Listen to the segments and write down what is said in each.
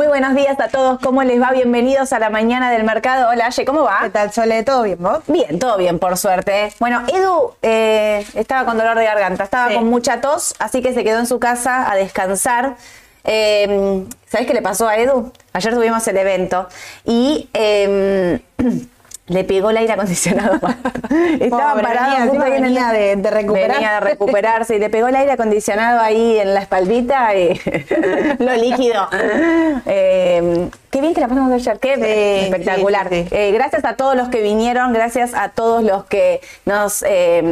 buenos días a todos. ¿Cómo les va? Bienvenidos a la mañana del mercado. Hola, Aye, ¿cómo va? ¿Qué tal, Sole? ¿Todo bien, vos? Bien, todo bien, por suerte. Bueno, Edu estaba con dolor de garganta, estaba con mucha tos, así que se quedó en su casa a descansar. ¿Sabés qué le pasó a Edu? Ayer tuvimos el evento y le pegó el aire acondicionado. Estaba parado, venía de recuperar. Venía de recuperarse y le pegó el aire acondicionado ahí en la espaldita y lo líquido. Qué bien que la pasamos ayer, qué espectacular. Sí. Gracias a todos los que vinieron, gracias a todos los que nos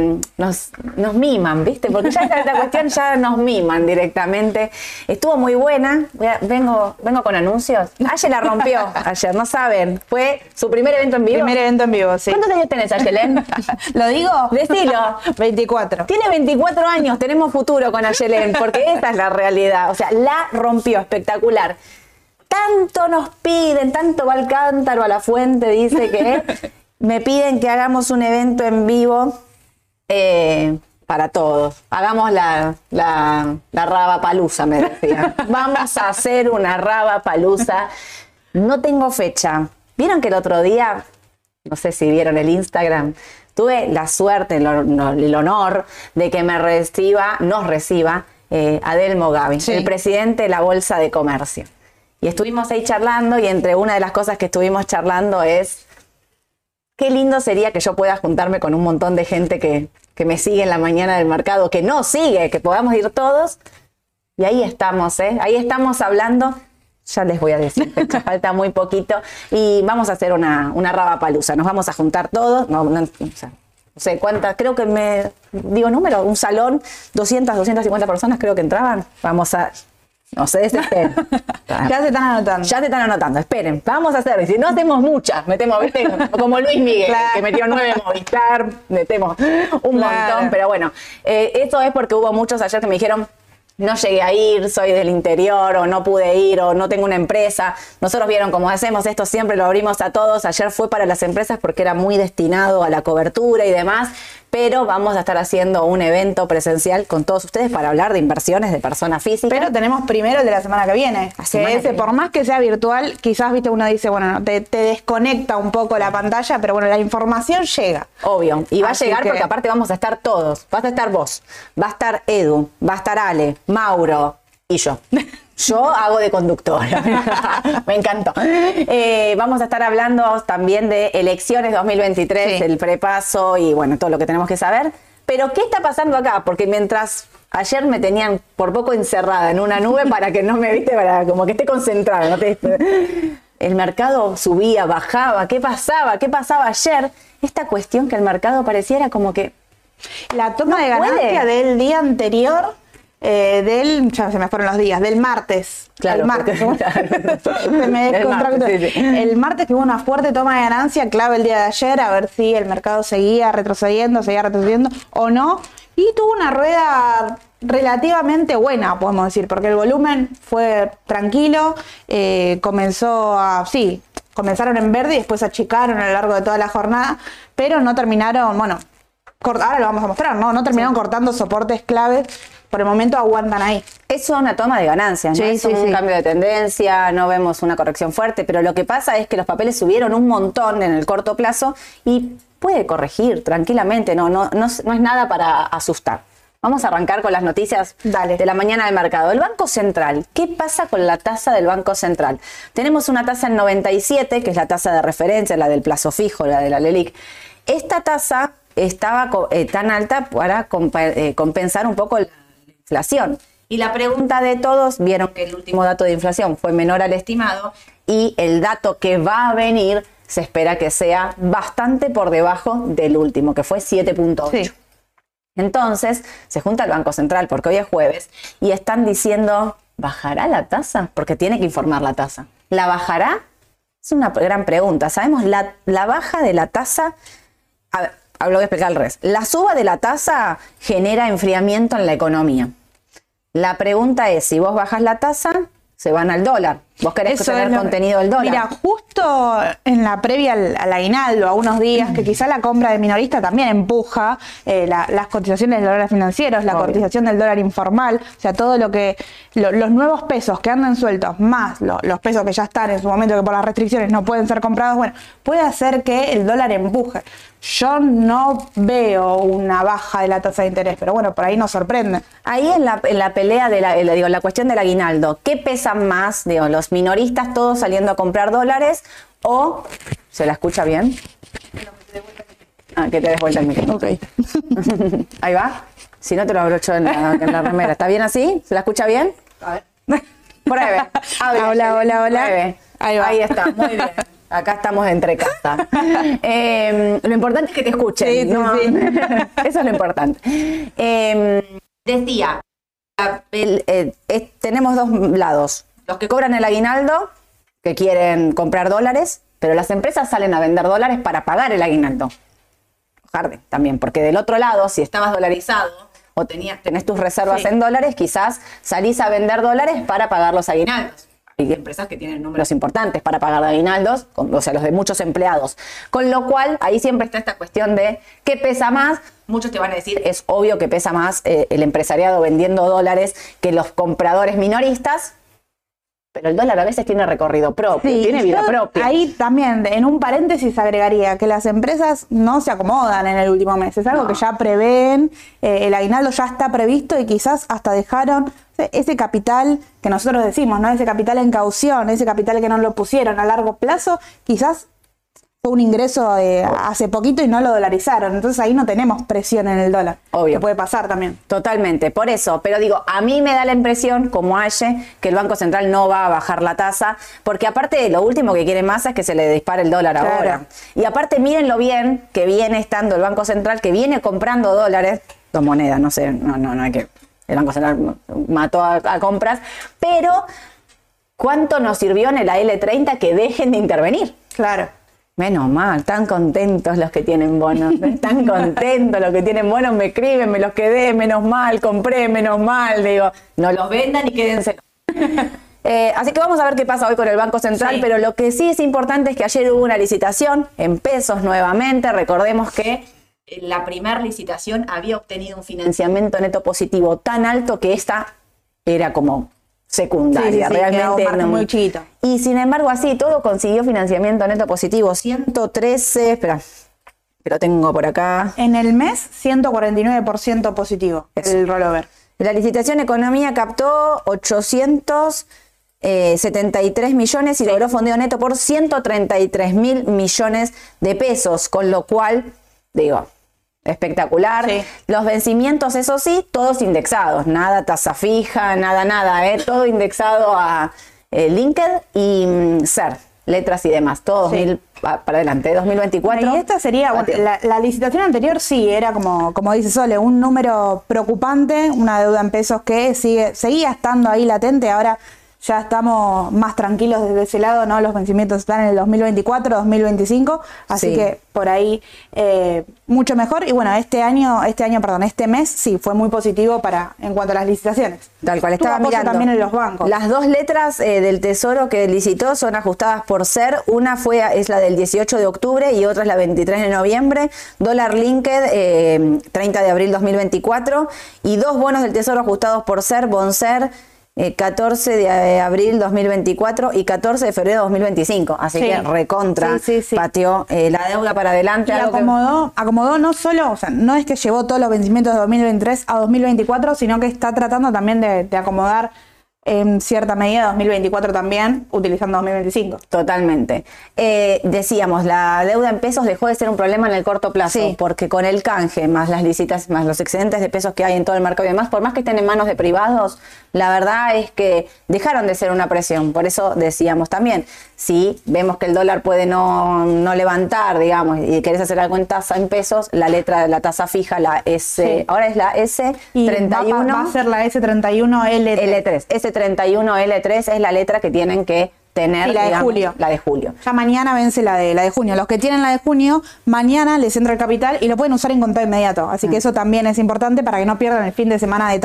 miman, ¿viste? Porque ya esta cuestión ya nos miman directamente. Estuvo muy buena. Vengo con anuncios. Aye la rompió ayer, no saben. Fue su primer evento en vivo. Primer evento en vivo, sí. ¿Cuántos años tenés, Ayelén? ¿Lo digo? Decilo. 24. Tiene 24 años, tenemos futuro con Ayelén, porque esta es la realidad. O sea, la rompió, espectacular. Tanto nos piden, tanto va al cántaro a la fuente, dice que me piden que hagamos un evento en vivo para todos. Hagamos la Rabapalooza, me decía. Vamos a hacer una Rabapalooza. No tengo fecha. ¿Vieron que el otro día, no sé si vieron el Instagram, tuve la suerte, el honor de que nos reciba Adelmo Gavi, el presidente de la Bolsa de Comercio? Y estuvimos ahí charlando y entre una de las cosas que estuvimos charlando es qué lindo sería que yo pueda juntarme con un montón de gente que me sigue en la mañana del mercado, que no sigue, que podamos ir todos. Y ahí estamos, ahí estamos hablando. Ya les voy a decir, falta muy poquito. Y vamos a hacer una Rabapalooza. Nos vamos a juntar todos. No sé cuántas, creo que número, un salón, 250 personas creo que entraban. Vamos a... No se desesperen. Ya se están anotando. Ya se están anotando, esperen. Vamos a hacer, si no hacemos muchas, metemos, ¿viste? Como Luis Miguel, claro, que metió 9 en Movistar, metemos un montón, pero bueno, eso es porque hubo muchos ayer que me dijeron, no llegué a ir, soy del interior, o no pude ir, o no tengo una empresa. Nosotros vieron cómo hacemos esto, siempre lo abrimos a todos. Ayer fue para las empresas porque era muy destinado a la cobertura y demás, pero vamos a estar haciendo un evento presencial con todos ustedes para hablar de inversiones de personas físicas. Pero tenemos primero el de la semana que viene. Por más que sea virtual, quizás, viste, uno dice, bueno, te desconecta un poco la pantalla, pero bueno, la información llega. Obvio, y va a llegar porque aparte vamos a estar todos. Vas a estar vos, va a estar Edu, va a estar Ale, Mauro y yo. Yo hago de conductora. Me encantó. Vamos a estar hablando también de elecciones 2023, el prepaso y bueno, todo lo que tenemos que saber. Pero, ¿qué está pasando acá? Porque mientras ayer me tenían por poco encerrada en una nube para que no me viste, para como que esté concentrada. El mercado subía, bajaba. ¿Qué pasaba? ¿Qué pasaba ayer? Esta cuestión que el mercado pareciera como que... La toma de ganancia del día anterior... ya se me fueron los días, del martes. Claro, el martes. Se me descontractó. El martes que hubo una fuerte toma de ganancia, clave el día de ayer, a ver si el mercado seguía retrocediendo o no. Y tuvo una rueda relativamente buena, podemos decir, porque el volumen fue tranquilo, comenzaron en verde y después achicaron a lo largo de toda la jornada, pero no terminaron, ahora lo vamos a mostrar, no terminaron cortando soportes claves. Por el momento aguantan ahí. Es una toma de ganancias, ¿no? Es un cambio de tendencia, no vemos una corrección fuerte, pero lo que pasa es que los papeles subieron un montón en el corto plazo y puede corregir tranquilamente, no es nada para asustar. Vamos a arrancar con las noticias de la mañana del mercado. El Banco Central, ¿qué pasa con la tasa del Banco Central? Tenemos una tasa en 97, que es la tasa de referencia, la del plazo fijo, la de la LELIQ. Esta tasa estaba tan alta para compensar un poco la inflación. Y la pregunta de todos, vieron que el último dato de inflación fue menor al estimado y el dato que va a venir se espera que sea bastante por debajo del último, que fue 7.8. Sí. Entonces, se junta el Banco Central, porque hoy es jueves, y están diciendo, ¿bajará la tasa? Porque tiene que informar la tasa. ¿La bajará? Es una gran pregunta. Sabemos, la baja de la tasa... A ver, lo voy a explicar al revés. La suba de la tasa genera enfriamiento en la economía. La pregunta es, si vos bajas la tasa, se van al dólar. Vos querés Eso tener es contenido del dólar. Mira, justo en la previa al aguinaldo, a unos días, que quizá la compra de minorista también empuja las cotizaciones de dólares financieros, la cotización del dólar informal, o sea, todo lo que, los nuevos pesos que andan sueltos, más los pesos que ya están en su momento, que por las restricciones no pueden ser comprados, bueno, puede hacer que el dólar empuje. Yo no veo una baja de la tasa de interés, pero bueno, por ahí nos sorprende. Ahí en la pelea de la cuestión del aguinaldo, ¿qué pesan más? Digo, los minoristas todos saliendo a comprar dólares o ¿se la escucha bien? Que te des vuelta el micrófono. Ok. Ahí va. Si no te lo abrocho en la remera. ¿Está bien así? ¿Se la escucha bien? A ver. Pruebe. Hable. Hola. Pruebe. Ahí va. Ahí está, muy bien. Acá estamos entre casa. Lo importante es que te escuchen. Sí, ¿no? sí. Eso es lo importante. Decía, tenemos dos lados. Los que cobran el aguinaldo, que quieren comprar dólares, pero las empresas salen a vender dólares para pagar el aguinaldo. Jarde, también, porque del otro lado, si estabas dolarizado o tenés tus reservas en dólares, quizás salís a vender dólares para pagar los aguinaldos. Hay empresas que tienen números importantes para pagar aguinaldos, o sea, los de muchos empleados. Con lo cual, ahí siempre está esta cuestión de ¿qué pesa más? Muchos te van a decir, es obvio que pesa más el empresariado vendiendo dólares que los compradores minoristas, pero el dólar a veces tiene recorrido propio, tiene vida propia. Ahí también, en un paréntesis, agregaría que las empresas no se acomodan en el último mes. Es algo que ya prevén, el aguinaldo ya está previsto y quizás hasta dejaron ese capital que nosotros decimos, ¿no? Ese capital en caución, ese capital que no lo pusieron a largo plazo, quizás fue un ingreso hace poquito y no lo dolarizaron. Entonces ahí no tenemos presión en el dólar. Obvio. Que puede pasar también. Totalmente, por eso. Pero digo, a mí me da la impresión, como Aye, que el Banco Central no va a bajar la tasa, porque aparte lo último que quiere Massa es que se le dispare el dólar ahora. Y aparte miren lo bien que viene estando el Banco Central, que viene comprando dólares, dos monedas, no sé, no hay que... El Banco Central mató a compras, pero ¿cuánto nos sirvió en la L30 que dejen de intervenir? Claro. Menos mal, tan contentos los que tienen bonos, tan contentos los que tienen bonos, me escriben, me los quedé, menos mal, compré, menos mal, digo, no los vendan y quédense. Así que vamos a ver qué pasa hoy con el Banco Central, pero lo que sí es importante es que ayer hubo una licitación en pesos nuevamente, recordemos que la primera licitación había obtenido un financiamiento neto positivo tan alto que esta era como secundaria, realmente era muy chiquito. Y sin embargo así todo consiguió financiamiento neto positivo, 113, espera, que lo tengo por acá. En el mes, 149% positivo el rollover. La licitación Economía captó 873 millones y logró fondeo neto por 133 mil millones de pesos, con lo cual, digo, espectacular. Los vencimientos, eso sí, todos indexados, nada tasa fija, nada, todo indexado a Linked y SER, letras y demás, todo para adelante, 2024. Y esta sería, bueno, la licitación anterior era como dice Sole, un número preocupante, una deuda en pesos que seguía estando ahí latente, ahora ya estamos más tranquilos desde ese lado, ¿no? Los vencimientos están en el 2024, 2025, así que por ahí mucho mejor. Y bueno, este mes sí fue muy positivo en cuanto a las licitaciones. Tal cual, estaba mirando también en los bancos. Las dos letras del Tesoro que licitó son ajustadas por SER. Una es la del 18 de octubre y otra es la 23 de noviembre. Dólar Linked, 30 de abril 2024. Y dos bonos del Tesoro ajustados por SER, Bonser, 14 de abril 2024 y 14 de febrero 2025. Así que recontra pateó la deuda para adelante. Y acomodó no solo, o sea, no es que llevó todos los vencimientos de 2023 a 2024, sino que está tratando también de acomodar en cierta medida 2024 también, utilizando 2025. Totalmente. Decíamos, la deuda en pesos dejó de ser un problema en el corto plazo, porque con el canje, más las licitas, más los excedentes de pesos que hay en todo el mercado y demás, por más que estén en manos de privados, la verdad es que dejaron de ser una presión. Por eso decíamos también, si vemos que el dólar puede no levantar, digamos, y querés hacer algo en tasa en pesos, la letra de la tasa fija, la S, ahora es la S31. Y va a ser la S31L3. S31L3 es la letra que tienen que tener, la de julio. La de julio. Ya mañana vence la de junio. Los que tienen la de junio, mañana les entra el capital y lo pueden usar en contado inmediato. Así que eso también es importante para que no pierdan el fin de semana de tasa.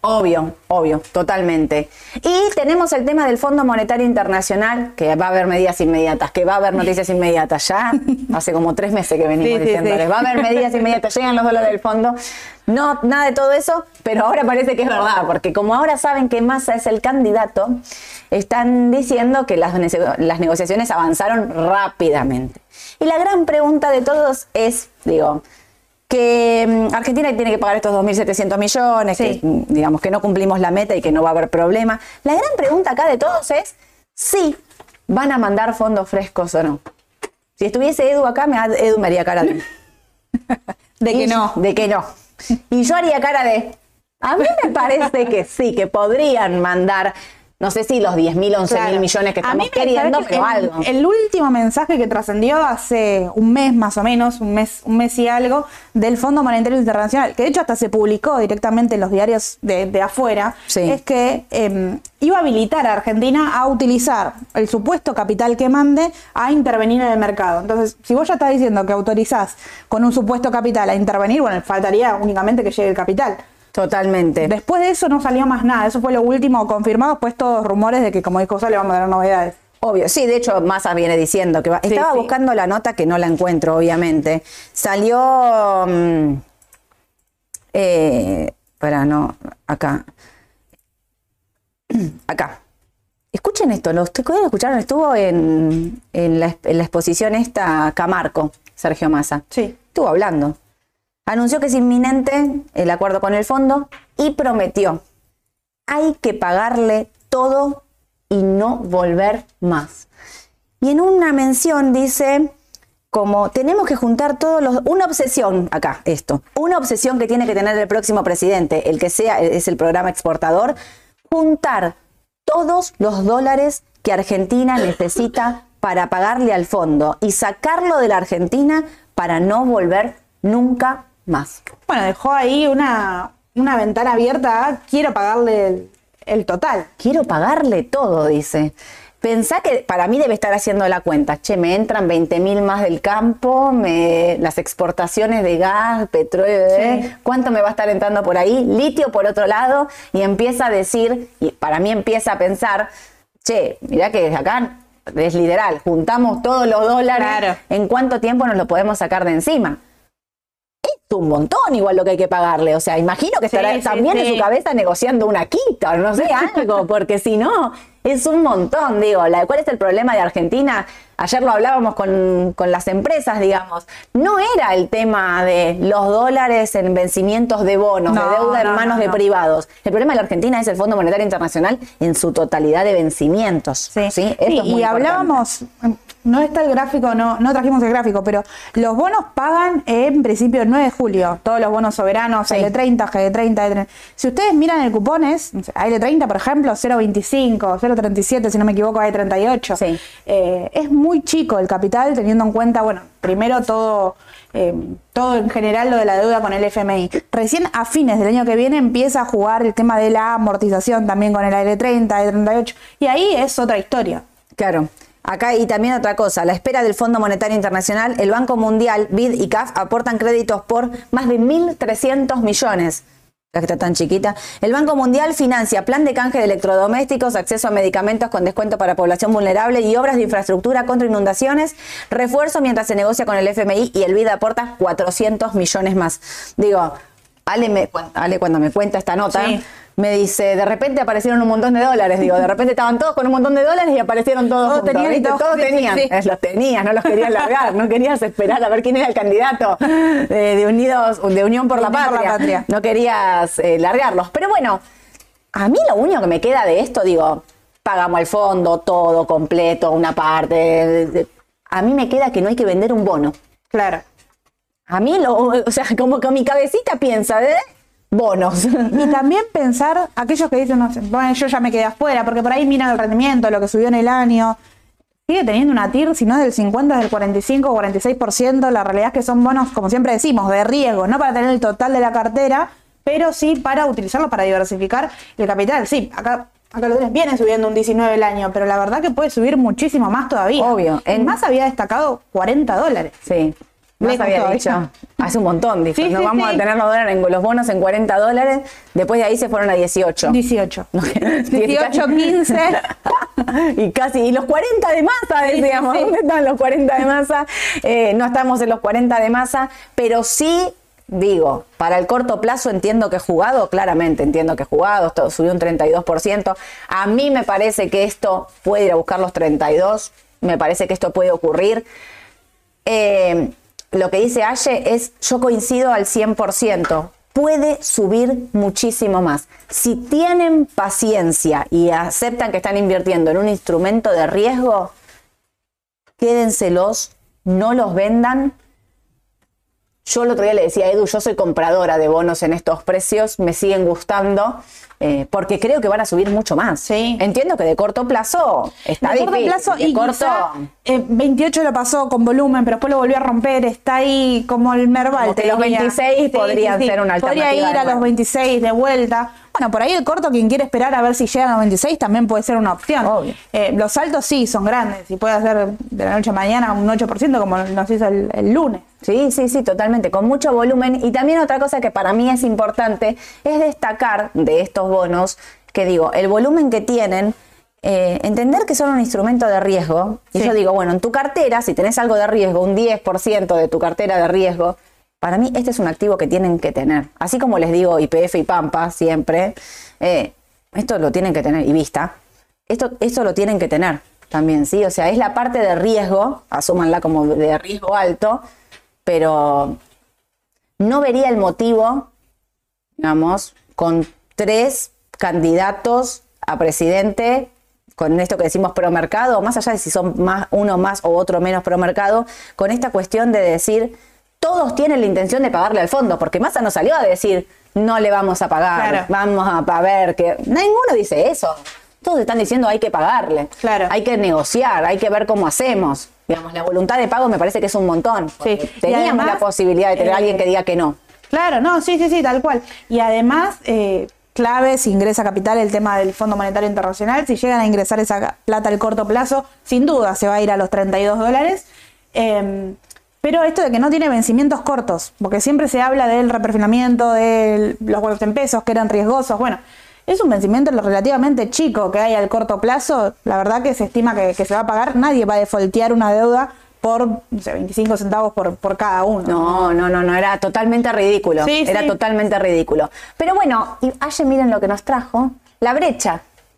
Obvio, obvio, totalmente. Y tenemos el tema del Fondo Monetario Internacional, que va a haber medidas inmediatas, que va a haber noticias inmediatas. Ya hace como 3 meses que venimos diciéndoles, va a haber medidas inmediatas, llegan los dólares del fondo. No, nada de todo eso, pero ahora parece que es verdad, porque como ahora saben que Massa es el candidato, están diciendo que las negociaciones avanzaron rápidamente. Y la gran pregunta de todos es, que Argentina tiene que pagar estos 2.700 millones, que digamos que no cumplimos la meta y que no va a haber problema. La gran pregunta acá de todos es si van a mandar fondos frescos o no. Si estuviese Edu acá, Edu me haría cara de... De que no. De que no. Y yo haría cara de... A mí me parece que sí, que podrían mandar... No sé si los 10.000, 11.000 millones que estamos queriendo, pero algo. El último mensaje que trascendió hace un mes más o menos, un mes y algo, del Fondo Monetario Internacional, que de hecho hasta se publicó directamente en los diarios de afuera, es que iba a habilitar a Argentina a utilizar el supuesto capital que mande a intervenir en el mercado. Entonces, si vos ya estás diciendo que autorizás con un supuesto capital a intervenir, bueno, faltaría únicamente que llegue el capital. Totalmente. Después de eso no salió más nada. Eso fue lo último confirmado, pues todos rumores de que como dijo le vamos a dar novedades. Obvio, sí, de hecho Massa viene diciendo que estaba buscando la nota que no la encuentro, obviamente. Salió acá. Escuchen esto, lo escucharon, estuvo en la exposición esta Camarco, Sergio Massa. Sí. Estuvo hablando. Anunció que es inminente el acuerdo con el fondo y prometió, hay que pagarle todo y no volver más. Y en una mención dice, como tenemos que juntar una obsesión, una obsesión que tiene que tener el próximo presidente, el que sea, es el programa exportador, juntar todos los dólares que Argentina necesita para pagarle al fondo y sacarlo de la Argentina para no volver nunca más. Bueno, dejó ahí una ventana abierta a quiero pagarle el total. Quiero pagarle todo, dice. Pensá que para mí debe estar haciendo la cuenta. Che, me entran 20.000 más del campo, las exportaciones de gas, petróleo, ¿cuánto me va a estar entrando por ahí? Litio por otro lado, y empieza a decir, y para mí empieza a pensar, che, mirá que desde acá es literal, juntamos todos los dólares, ¿en cuánto tiempo nos lo podemos sacar de encima? Un montón igual lo que hay que pagarle, o sea, imagino que estará también en su cabeza negociando una quita o no sé, algo, porque si no, es un montón, ¿cuál es el problema de Argentina? Ayer lo hablábamos con las empresas, digamos, no era el tema de los dólares en vencimientos de bonos, de deuda en manos de privados. El problema de la Argentina es el Fondo Monetario Internacional en su totalidad de vencimientos. Y hablábamos... No está el gráfico, no trajimos el gráfico, pero los bonos pagan en principio el 9 de julio. Todos los bonos soberanos, L30, GD30, L30. Si ustedes miran el cupones, L30, por ejemplo, 0.25, 0.37, si no me equivoco, L38. Es muy chico el capital, teniendo en cuenta, bueno, primero todo en general lo de la deuda con el FMI. Recién a fines del año que viene empieza a jugar el tema de la amortización también con el L30, L38. Y ahí es otra historia. Claro. Acá y también otra cosa, a la espera del Fondo Monetario Internacional, el Banco Mundial, BID y CAF aportan créditos por más de 1.300 millones. La que está tan chiquita. El Banco Mundial financia plan de canje de electrodomésticos, acceso a medicamentos con descuento para población vulnerable y obras de infraestructura contra inundaciones, refuerzo mientras se negocia con el FMI y el BID aporta 400 millones más. Ale cuando me cuenta esta nota, me dice, de repente aparecieron un montón de dólares. De repente estaban todos con un montón de dólares y aparecieron todos juntos. Todos tenían. Los tenías, no los querías largar. No querías esperar a ver quién era el candidato de Unión por la Patria. No querías largarlos. Pero bueno, a mí lo único que me queda de esto, pagamos al fondo, todo completo, una parte. A mí me queda que no hay que vender un bono. Claro. A mí, como que mi cabecita piensa, bonos. Y también pensar, aquellos que dicen, no sé, bueno, yo ya me quedé afuera, porque por ahí miran el rendimiento, lo que subió en el año. Sigue teniendo una TIR, si no es del 50, es del 45 o 46%. La realidad es que son bonos, como siempre decimos, de riesgo, no para tener el total de la cartera, pero sí para utilizarlo para diversificar el capital. Sí, acá lo tenés, viene subiendo un 19 el año, pero la verdad que puede subir muchísimo más todavía. Obvio. Más había destacado $40. Sí. Más había dicho, hace un montón, dijo, Sí, no sí, vamos sí. a tener los bonos en $40, después de ahí se fueron a 18. 18. 18, 15. Y los 40 de masa, decíamos, ¿dónde están los 40 de masa? No estamos en los 40 de masa, pero sí, digo, para el corto plazo entiendo que jugado, claramente entiendo que jugado, esto subió un 32%. A mí me parece que esto puede ir a buscar los 32, me parece que esto puede ocurrir. Lo que dice Aye es, yo coincido al 100%. Puede subir muchísimo más. Si tienen paciencia y aceptan que están invirtiendo en un instrumento de riesgo, quédenselos, no los vendan. Yo el otro día le decía a Edu, yo soy compradora de bonos en estos precios, me siguen gustando, porque creo que van a subir mucho más. Sí. Entiendo que de corto plazo está de difícil. corto plazo de y corto, quizá, 28 lo pasó con volumen, pero después lo volvió a romper, está ahí como el Merval. Como que los 26 podrían ser una alternativa Podría ir de a los nuevo. 26 de vuelta. Bueno, por ahí el corto, quien quiere esperar a ver si llegan a los 26, también puede ser una opción. Obvio. Los altos sí son grandes y puede hacer de la noche a mañana un 8% como nos hizo el lunes. Sí, totalmente, con mucho volumen. Y también otra cosa que para mí es importante es destacar de estos bonos, que digo, el volumen que tienen, entender que son un instrumento de riesgo. Y Sí. yo digo, bueno, en tu cartera, si tenés algo de riesgo, un 10% de tu cartera de riesgo, para mí este es un activo que tienen que tener. Así como les digo YPF y Pampa siempre, esto lo tienen que tener, y Vista, esto lo tienen que tener también, ¿sí? O sea, es la parte de riesgo, asúmanla como de riesgo alto, pero no vería el motivo, digamos, con 3 candidatos a presidente, con esto que decimos pro mercado, más allá de si son uno más o otro menos pro mercado, con esta cuestión de decir, todos tienen la intención de pagarle al fondo, porque Massa no salió a decir, no le vamos a pagar, Claro. vamos a ver, que ninguno dice eso. Todos están diciendo hay que pagarle, Claro. hay que negociar, hay que ver cómo hacemos. Digamos, la voluntad de pago me parece que es un montón. Sí. Porque Y teníamos además, la posibilidad de tener a alguien que diga que no. Claro, no, sí, tal cual. Y además, clave, si ingresa capital, el tema del Fondo Monetario Internacional, si llegan a ingresar esa plata al corto plazo, sin duda se va a ir a los $32. Pero esto de que no tiene vencimientos cortos, porque siempre se habla del reperfinamiento de los bonos en pesos que eran riesgosos. Bueno, es un vencimiento relativamente chico que hay al corto plazo. La verdad que se estima que se va a pagar. Nadie va a defaultear una deuda por, no sé, 25 centavos por cada uno. No, era totalmente ridículo. Sí, era sí. totalmente ridículo. Pero bueno, y Aye, miren lo que nos trajo, la brecha.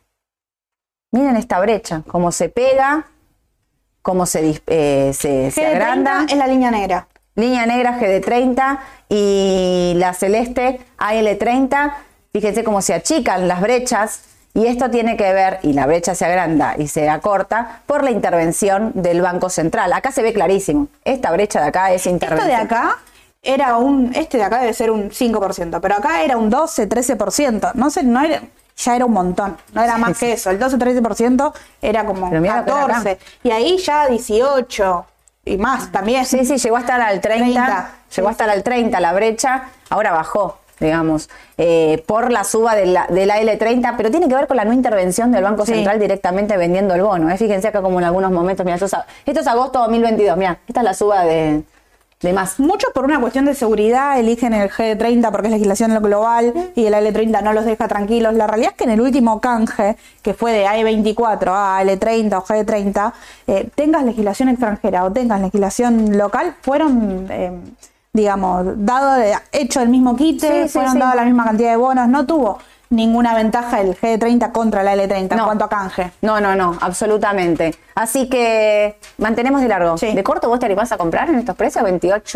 Miren esta brecha, cómo se pega, cómo se agranda. GD30 es la línea negra. Línea negra GD30 y la celeste AL30. Fíjense cómo se achican las brechas. Y esto tiene que ver, y la brecha se agranda y se acorta, por la intervención del Banco Central. Acá se ve clarísimo. Esta brecha de acá es intervención. Esto de acá era este de acá debe ser un 5%, pero acá era un 12, 13%. No sé, no era, ya era un montón, no era más que eso. El 12, 13% era como Pero mira lo que era 14. acá. Y ahí ya 18 y más también. Sí, llegó a estar al 30. Llegó a estar al 30 la brecha, ahora bajó, digamos, por la suba de la L30, pero tiene que ver con la no intervención del Banco Central directamente vendiendo el bono. Fíjense acá como en algunos momentos, mira, esto es agosto 2022, mira, esta es la suba de más. Muchos por una cuestión de seguridad eligen el G30 porque es legislación global y el L30 no los deja tranquilos. La realidad es que en el último canje, que fue de AE24 a L30 o G30, tengas legislación extranjera o tengas legislación local, fueron, digamos, hecho el mismo quite, fueron dadas la misma cantidad de bonos, no tuvo ninguna ventaja el G30 contra la L30 en cuanto a canje. No, absolutamente. Así que mantenemos de largo. Sí. ¿De corto vos te animás a comprar en estos precios?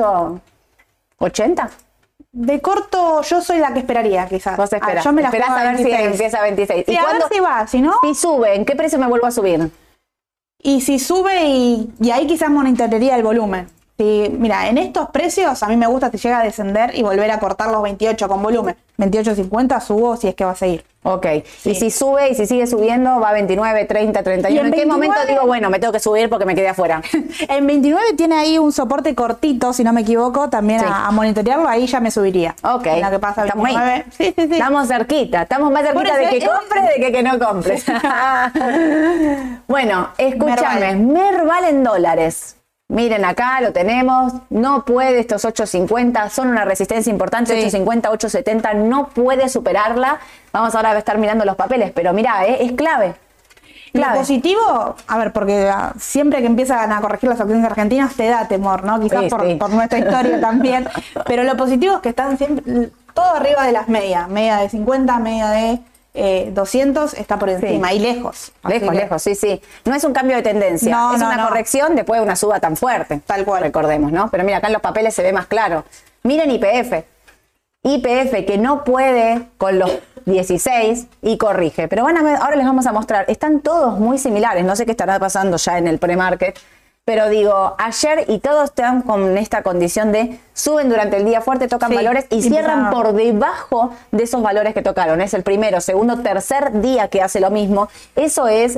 ¿28.80? De corto yo soy la que esperaría, quizás. Vos esperás. Yo me la Esperás juego a ver si 26. empieza a 26. Sí, a ver si va, si no... Si sube, ¿en qué precio me vuelvo a subir? Y si sube y ahí quizás monitorearía el volumen. Sí, mira, en estos precios a mí me gusta si llega a descender y volver a cortar los 28 con volumen. 28.50 subo si es que va a seguir. Ok. Sí. Y si sube y si sigue subiendo, va a 29, 30, 31. Y en ¿En qué 29? momento digo, bueno, me tengo que subir porque me quedé afuera? En 29 tiene ahí un soporte cortito, si no me equivoco, también Sí. a monitorearlo, ahí ya me subiría. Ok. En lo que pasa Estamos ahí. 29. Sí. Estamos cerquita, estamos más cerquita Por eso, de que compres de que no compres. Bueno, escúchame, Merval. Merval en dólares. Miren acá, lo tenemos, no puede estos 8.50, son una resistencia importante, Sí. 8.50, 8.70, no puede superarla. Vamos ahora a estar mirando los papeles, pero mirá, es clave. Lo Clave. positivo, a ver, porque siempre que empiezan a corregir las acciones argentinas te da temor, ¿no? Quizás Sí, sí. por nuestra historia también. Pero lo positivo es que están siempre todo arriba de las medias. Media de 50, media de 200, está por encima y lejos. Así Lejos, que- lejos, sí, sí. No es un cambio de tendencia, No, es no, una no. corrección después de una suba tan fuerte. Tal cual. Recordemos, ¿no? Pero mira, acá en los papeles se ve más claro. Miren YPF. YPF que no puede con los 16 y corrige. Pero van a ver, ahora les vamos a mostrar. Están todos muy similares. No sé qué estará pasando ya en el pre-market. Pero digo, ayer y todos están con esta condición de suben durante el día fuerte, tocan Sí, valores y cierran empezaron. por debajo de esos valores que tocaron. Es el primero, segundo, tercer día que hace lo mismo. Eso es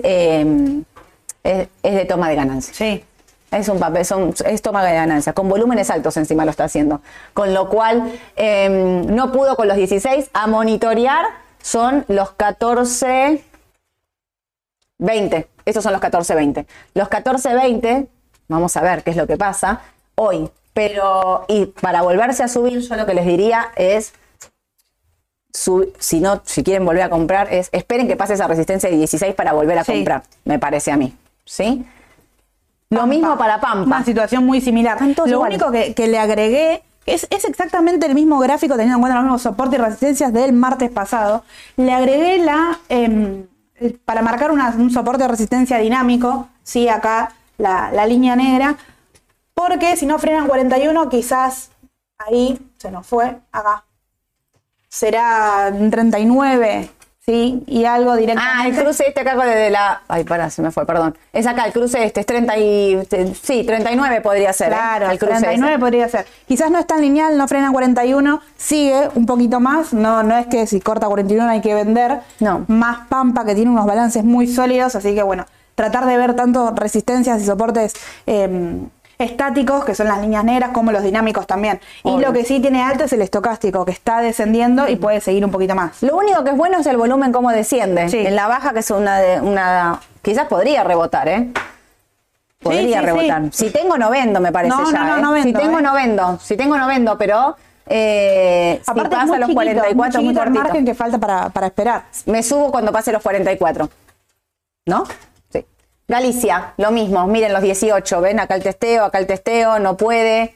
de toma de ganancia. Sí. Es un papel, es toma de ganancia, con volúmenes altos encima lo está haciendo. Con lo cual, no pudo con los 16, a monitorear son los 14, 20. Estos son los 14, 20. Los 14, 20, vamos a ver qué es lo que pasa hoy. Pero, y para volverse a subir, yo lo que les diría es, si quieren volver a comprar, es esperen que pase esa resistencia de 16 para volver a Sí. comprar, me parece a mí. ¿Sí? Lo mismo para Pampa. Una situación muy similar. Están todos Lo iguales. único que le agregué, es exactamente el mismo gráfico teniendo en cuenta los mismos soportes y resistencias del martes pasado, le agregué para marcar un soporte de resistencia dinámico, sí, acá la línea negra, porque si no frenan 41, quizás ahí se nos fue, acá. Será en 39, ¿sí? Y algo Ah, el directamente. cruce este acá de la... Ay, pará, se me fue, perdón. Es acá, el cruce este, es 30 y... Sí, 39 podría ser. Claro, El cruce 39 ese. podría ser. Quizás no es tan lineal, no frena 41, sigue un poquito más. No es que si corta 41 hay que vender. No. Más Pampa, que tiene unos balances muy sólidos, así que bueno, tratar de ver tanto resistencias y soportes estáticos, que son las líneas negras, como los dinámicos también. Y Obvio. lo que sí tiene alto es el estocástico, que está descendiendo y puede seguir un poquito más. Lo único que es bueno es el volumen cómo desciende. Sí. En la baja, que es una quizás podría rebotar, ¿eh? Podría sí, rebotar. sí. Si tengo, no vendo, me parece No, ya. no, ¿eh? no vendo, si tengo, no vendo. Si tengo, no vendo, pero si Aparte es pasa muy los chiquito, 44, muy chiquito el cortito. margen que falta para esperar. Me subo cuando pase los 44. ¿No? Sí. Galicia, lo mismo. Miren los 18. ¿Ven? Acá el testeo, no puede.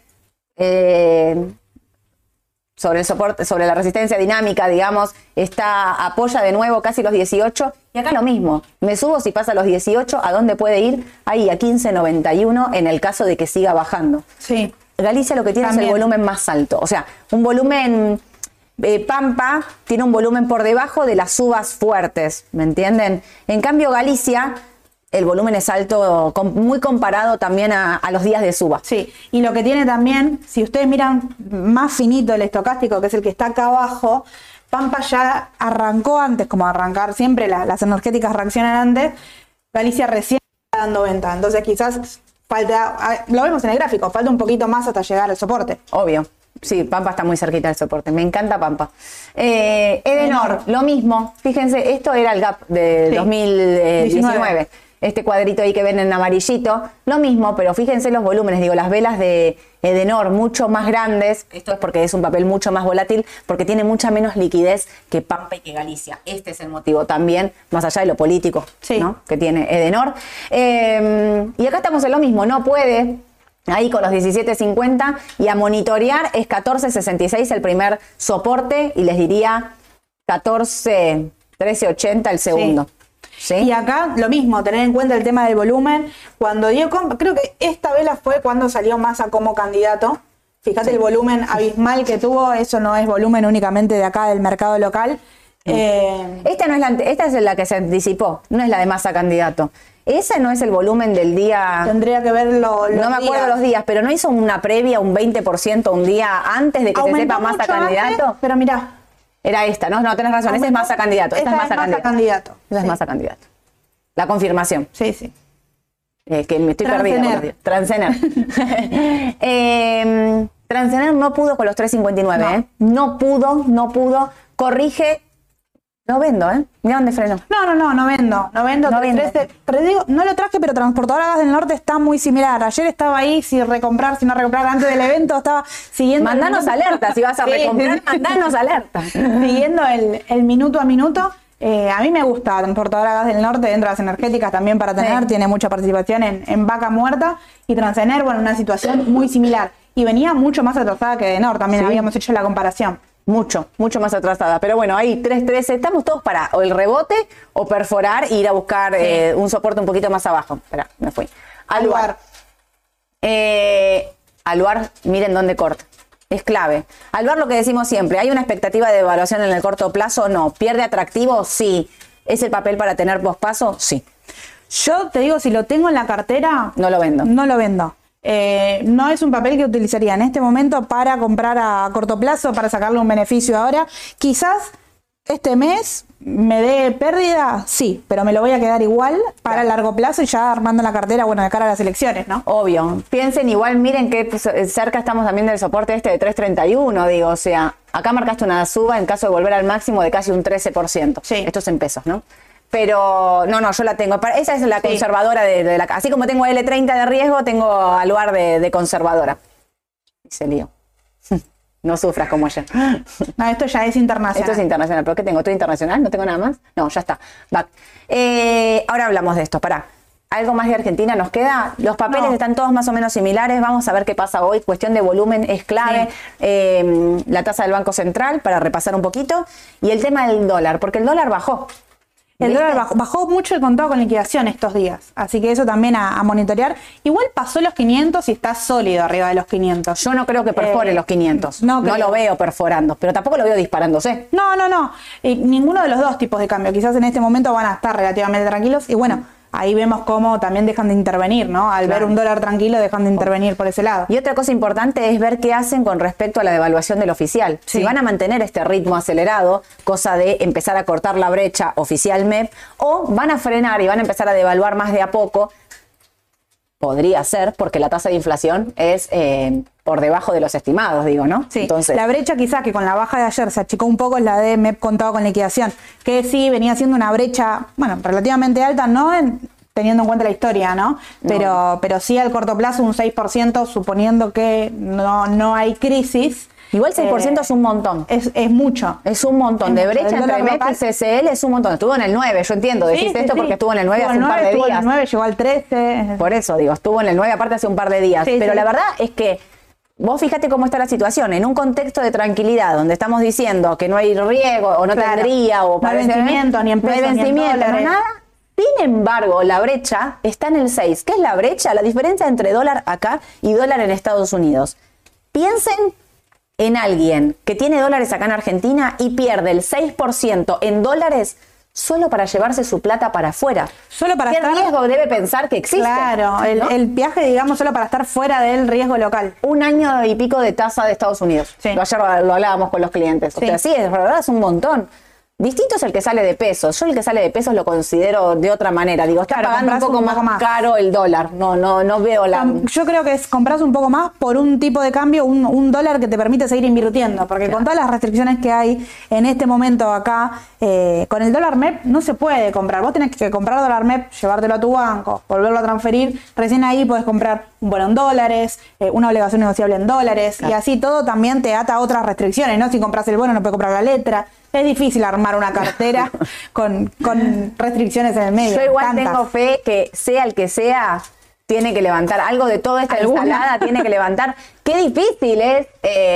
Sobre el soporte, sobre la resistencia dinámica, digamos, apoya de nuevo casi los 18. Y acá lo mismo. Me subo si pasa los 18. ¿A dónde puede ir? Ahí, a 15.91 en el caso de que siga bajando. Sí. Galicia lo que tiene También. es el volumen más alto. O sea, un volumen... Pampa tiene un volumen por debajo de las subas fuertes, ¿me entienden? En cambio, Galicia, el volumen es alto, muy comparado también a los días de suba. Sí, y lo que tiene también, si ustedes miran más finito el estocástico, que es el que está acá abajo, Pampa ya arrancó antes, como arrancar siempre, las energéticas reaccionan antes, Galicia recién está dando venta, entonces quizás falta, lo vemos en el gráfico, falta un poquito más hasta llegar al soporte. Obvio. Sí, Pampa está muy cerquita del soporte. Me encanta Pampa. Edenor, lo mismo. Fíjense, esto era el gap de Sí. 2019. 19. Este cuadrito ahí que ven en amarillito, lo mismo, pero fíjense los volúmenes, digo, las velas de Edenor mucho más grandes, esto es porque es un papel mucho más volátil, porque tiene mucha menos liquidez que Pampa y que Galicia. Este es el motivo también, más allá de lo político, Sí. ¿no? Que tiene Edenor. Y acá estamos en lo mismo, no puede... Ahí con los 17.50 y a monitorear es 14.66 el primer soporte y les diría 13.80 el segundo. ¿Sí? Y acá lo mismo, tener en cuenta el tema del volumen. Cuando dio creo que esta vela fue cuando salió Massa como candidato. Fíjate el volumen abismal que tuvo, eso no es volumen únicamente de acá del mercado local. Esta es la que se anticipó, no es la de Massa candidato. Ese no es el volumen del día. Tendría que verlo. No me acuerdo los días, pero no hizo una previa, un 20% un día antes de que se sepa Massa mucho candidato. antes, pero mirá. Era esta, ¿no? No, tenés razón, ese es Massa candidato. Esta es Massa candidato. Esa es Sí. Massa candidato. La confirmación. Sí, sí. Que me estoy perdida. por Dios. Transener. Transener no pudo con los 3.59. No. No pudo. Corrige No vendo, ¿eh? Mira dónde freno. No vendo. No vendo. Pero digo, no lo traje, pero Transportadora Gas del Norte está muy similar. Ayer estaba ahí, si recomprar, si no recomprar, antes del evento estaba siguiendo... Mandanos alerta, si vas a recomprar, mandanos alerta. Siguiendo el minuto a minuto. A mí me gusta Transportadora Gas del Norte dentro de las energéticas también para tener, tiene mucha participación en Vaca Muerta y Transener, bueno, una situación muy similar. Y venía mucho más atrasada que Edenor, también habíamos hecho la comparación. Mucho más atrasada. Pero bueno, ahí 3.13, estamos todos para o el rebote o perforar e ir a buscar un soporte un poquito más abajo. Espera, me fui. Aluar. Aluar, miren dónde corta. Es clave. Aluar, lo que decimos siempre, ¿hay una expectativa de devaluación en el corto plazo? No. ¿Pierde atractivo? Sí. ¿Es el papel para tener pospaso? Sí. Yo te digo, si lo tengo en la cartera... No lo vendo. No lo vendo. No es un papel que utilizaría en este momento para comprar a corto plazo, para sacarle un beneficio ahora. Quizás este mes me dé pérdida, sí, pero me lo voy a quedar igual para largo plazo y ya armando la cartera, bueno, de cara a las elecciones, ¿no? Obvio. Piensen igual, miren que cerca estamos también del soporte de 3.31, digo, o sea, acá marcaste una suba en caso de volver al máximo de casi un 13%. Sí. Esto es en pesos, ¿no? Pero no, yo la tengo. Esa es la conservadora de la... Así como tengo L30 de riesgo, tengo Aluar de conservadora. Y se lío. No sufras como ella. No, esto ya es internacional. Esto es internacional. ¿Pero qué tengo? ¿Estoy internacional? ¿No tengo nada más? No, ya está. Ahora hablamos de esto. Pará. ¿Algo más de Argentina nos queda? Los papeles están todos más o menos similares. Vamos a ver qué pasa hoy. Cuestión de volumen es clave. Sí. La tasa del Banco Central, para repasar un poquito. Y el tema del dólar, porque el dólar bajó. El dólar bajó mucho el contado con liquidación estos días, así que eso también a monitorear. Igual pasó los 500 y está sólido arriba de los 500. Yo no creo que perfore los 500, no lo veo perforando, pero tampoco lo veo disparándose. No. Ninguno de los dos tipos de cambio, quizás en este momento van a estar relativamente tranquilos y bueno, ahí vemos cómo también dejan de intervenir, ¿no? Al ver un dólar tranquilo dejan de intervenir por ese lado. Y otra cosa importante es ver qué hacen con respecto a la devaluación del oficial. Sí. Si van a mantener este ritmo acelerado, cosa de empezar a cortar la brecha oficial MEP, o van a frenar y van a empezar a devaluar más de a poco, podría ser, porque la tasa de inflación es por debajo de los estimados, digo, ¿no? Sí, entonces, la brecha quizás que con la baja de ayer se achicó un poco es la de MEP contado con liquidación, que sí venía siendo una brecha, bueno, relativamente alta, no teniendo en cuenta la historia, ¿no? Pero sí al corto plazo un 6%, suponiendo que no hay crisis. Igual 6% es un montón. Es mucho. Es un montón. De brecha entre MEP y CCL es un montón. Estuvo en el 9, yo entiendo. Decís esto porque estuvo en el 9 hace un par de días. Estuvo en el 9, llegó al 13. Por eso digo, estuvo en el 9 aparte hace un par de días. Pero la verdad es que vos fíjate cómo está la situación. En un contexto de tranquilidad, donde estamos diciendo que no hay riesgo o no tendría o no hay vencimiento, ni en pesos, no hay vencimiento, ni nada. Sin embargo, la brecha está en el 6. ¿Qué es la brecha? La diferencia entre dólar acá y dólar en Estados Unidos. Piensen en alguien que tiene dólares acá en Argentina y pierde el 6% en dólares solo para llevarse su plata para afuera. Solo para ¿Qué riesgo debe pensar que existe? Claro, ¿no? el viaje, digamos, solo para estar fuera del riesgo local. 1 año y pico de tasa de Estados Unidos. Sí. Ayer lo hablábamos con los clientes. O sea, sí, es verdad, es un montón. Distinto es el que sale de pesos. Yo el que sale de pesos lo considero de otra manera. Digo, está pagando un poco más caro el dólar. No veo la... Yo creo que compras un poco más por un tipo de cambio, un dólar que te permite seguir invirtiendo. Porque con todas las restricciones que hay en este momento acá, con el dólar MEP no se puede comprar. Vos tenés que comprar dólar MEP, llevártelo a tu banco, volverlo a transferir. Recién ahí podés comprar un bono en dólares, una obligación negociable en dólares. Y así todo también te ata a otras restricciones, ¿no? Si compras el bono no puedes comprar la letra. Es difícil armar una cartera con restricciones en el medio. Yo igual tengo fe que sea el que sea, tiene que levantar. Algo de toda esta ensalada tiene que levantar. Qué difícil es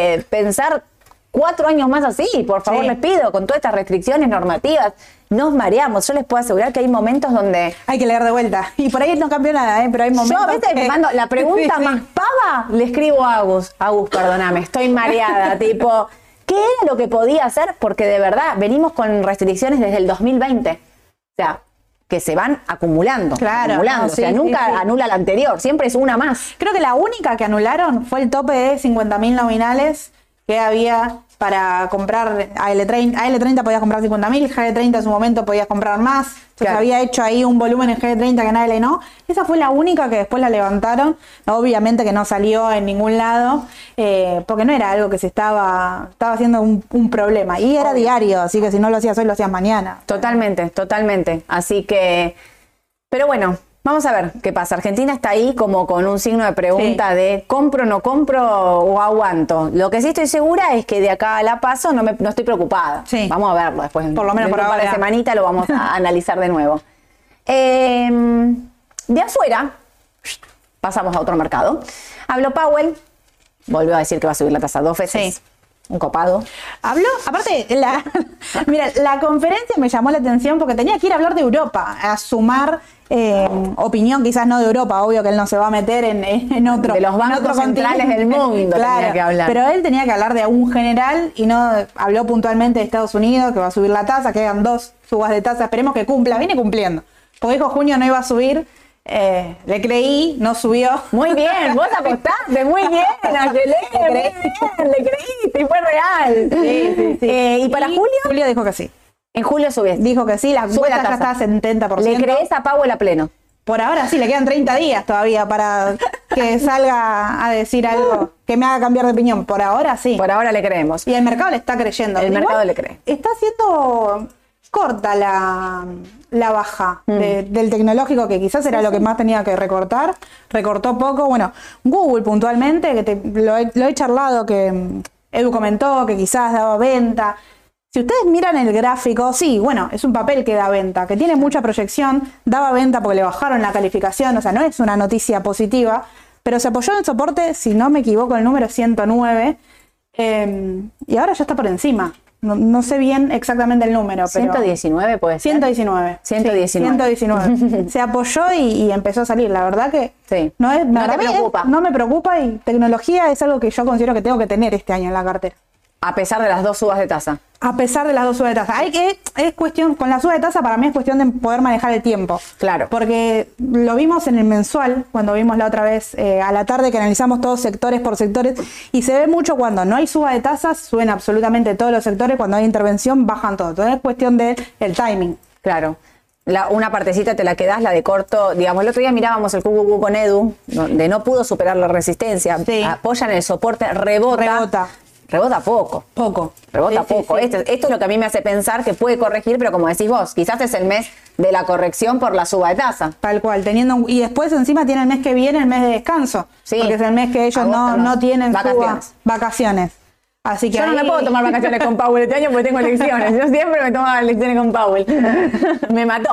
pensar 4 años más así, por favor, les pido, con todas estas restricciones normativas. Nos mareamos. Yo les puedo asegurar que hay momentos donde... Hay que leer de vuelta. Y por ahí no cambió nada, pero hay momentos... Yo a veces me mando la pregunta más pava, le escribo a Agus, perdóname, estoy mareada, tipo... ¿Qué era lo que podía hacer? Porque de verdad venimos con restricciones desde el 2020. O sea, que se van acumulando. Claro. Acumulando. O sea, nunca anula la anterior, siempre es una más. Creo que la única que anularon fue el tope de 50.000 nominales que había para comprar AL30 podías comprar 50.000, GD30 en su momento podías comprar más. Entonces Claro. había hecho ahí un volumen en GD30 que nadie le no. Esa fue la única que después la levantaron. Obviamente que no salió en ningún lado, porque no era algo que se estaba haciendo un problema. Y era diario, así que si no lo hacías hoy, lo hacías mañana. Totalmente, totalmente. Así que, pero bueno, vamos a ver qué pasa. Argentina está ahí como con un signo de pregunta de compro, no compro o aguanto. Lo que sí estoy segura es que de acá a la paso no estoy preocupada. Sí. Vamos a verlo después. Por lo menos dentro por de un par de ahora. semanitas lo vamos a analizar de nuevo. De afuera, pasamos a otro mercado. Habló Powell, volvió a decir que va a subir la tasa 2 veces. Sí. Un copado. Habló, aparte, mira, la conferencia me llamó la atención porque tenía que ir a hablar de Europa, a sumar opinión, quizás no de Europa, obvio que él no se va a meter en otro. De los bancos en otro centrales continente. del mundo tenía que hablar. Pero él tenía que hablar de un general y no habló puntualmente de Estados Unidos, que va a subir la tasa, quedan 2 subas de tasa, esperemos que cumpla, viene cumpliendo. Porque dijo junio no iba a subir. Le creí, no subió. Muy bien, vos apostaste, muy bien, Angelé, muy bien, le creíste y fue real. Sí. ¿Y para Julio? Julio dijo que sí. En julio subes. Dijo que sí, la Sube encuesta la ya tasa. está a 70%. ¿Le crees a Powell a pleno? Por ahora sí, le quedan 30 días todavía para que salga a decir algo que me haga cambiar de opinión. Por ahora sí. Por ahora le creemos. Y el mercado le está creyendo. El mercado le cree. Está siendo corta la baja del tecnológico, que quizás era lo que más tenía que recortar. Recortó poco. Bueno, Google puntualmente, que lo he charlado, que Edu comentó que quizás daba venta. Si ustedes miran el gráfico, sí, bueno, es un papel que da venta, que tiene mucha proyección, daba venta porque le bajaron la calificación, o sea, no es una noticia positiva, pero se apoyó en soporte, si no me equivoco, el número 109, y ahora ya está por encima. No sé bien exactamente el número, pero... 119 puede ser. 119. 119. Sí, 119. Se apoyó y empezó a salir. La verdad que Sí. no es, No para te mí preocupa. no me preocupa, y tecnología es algo que yo considero que tengo que tener este año en la cartera. A pesar de las 2 subas de tasa. A pesar de las 2 subas de tasa. Es cuestión, con la suba de tasa para mí es cuestión de poder manejar el tiempo. Claro. Porque lo vimos en el mensual, cuando vimos la otra vez a la tarde que analizamos todos sectores por sectores, y se ve mucho cuando no hay suba de tasas, suben absolutamente todos los sectores, cuando hay intervención bajan todo. Entonces es cuestión del timing. Claro. Una partecita te la quedás, la de corto. Digamos, el otro día mirábamos el QQQ con Edu, donde no pudo superar la resistencia. Sí. Apoyan el soporte, rebota. Rebota poco. Rebota Sí, sí, poco. sí. Esto es lo que a mí me hace pensar que puede corregir, pero como decís vos, quizás es el mes de la corrección por la suba de tasa. Tal cual, y después encima tiene el mes que viene, el mes de descanso. Sí. Porque es el mes que ellos Agosto no tienen vacaciones. Así que Yo no me puedo tomar vacaciones con Powell este año porque tengo elecciones. Yo siempre me tomaba elecciones con Powell. Me mató.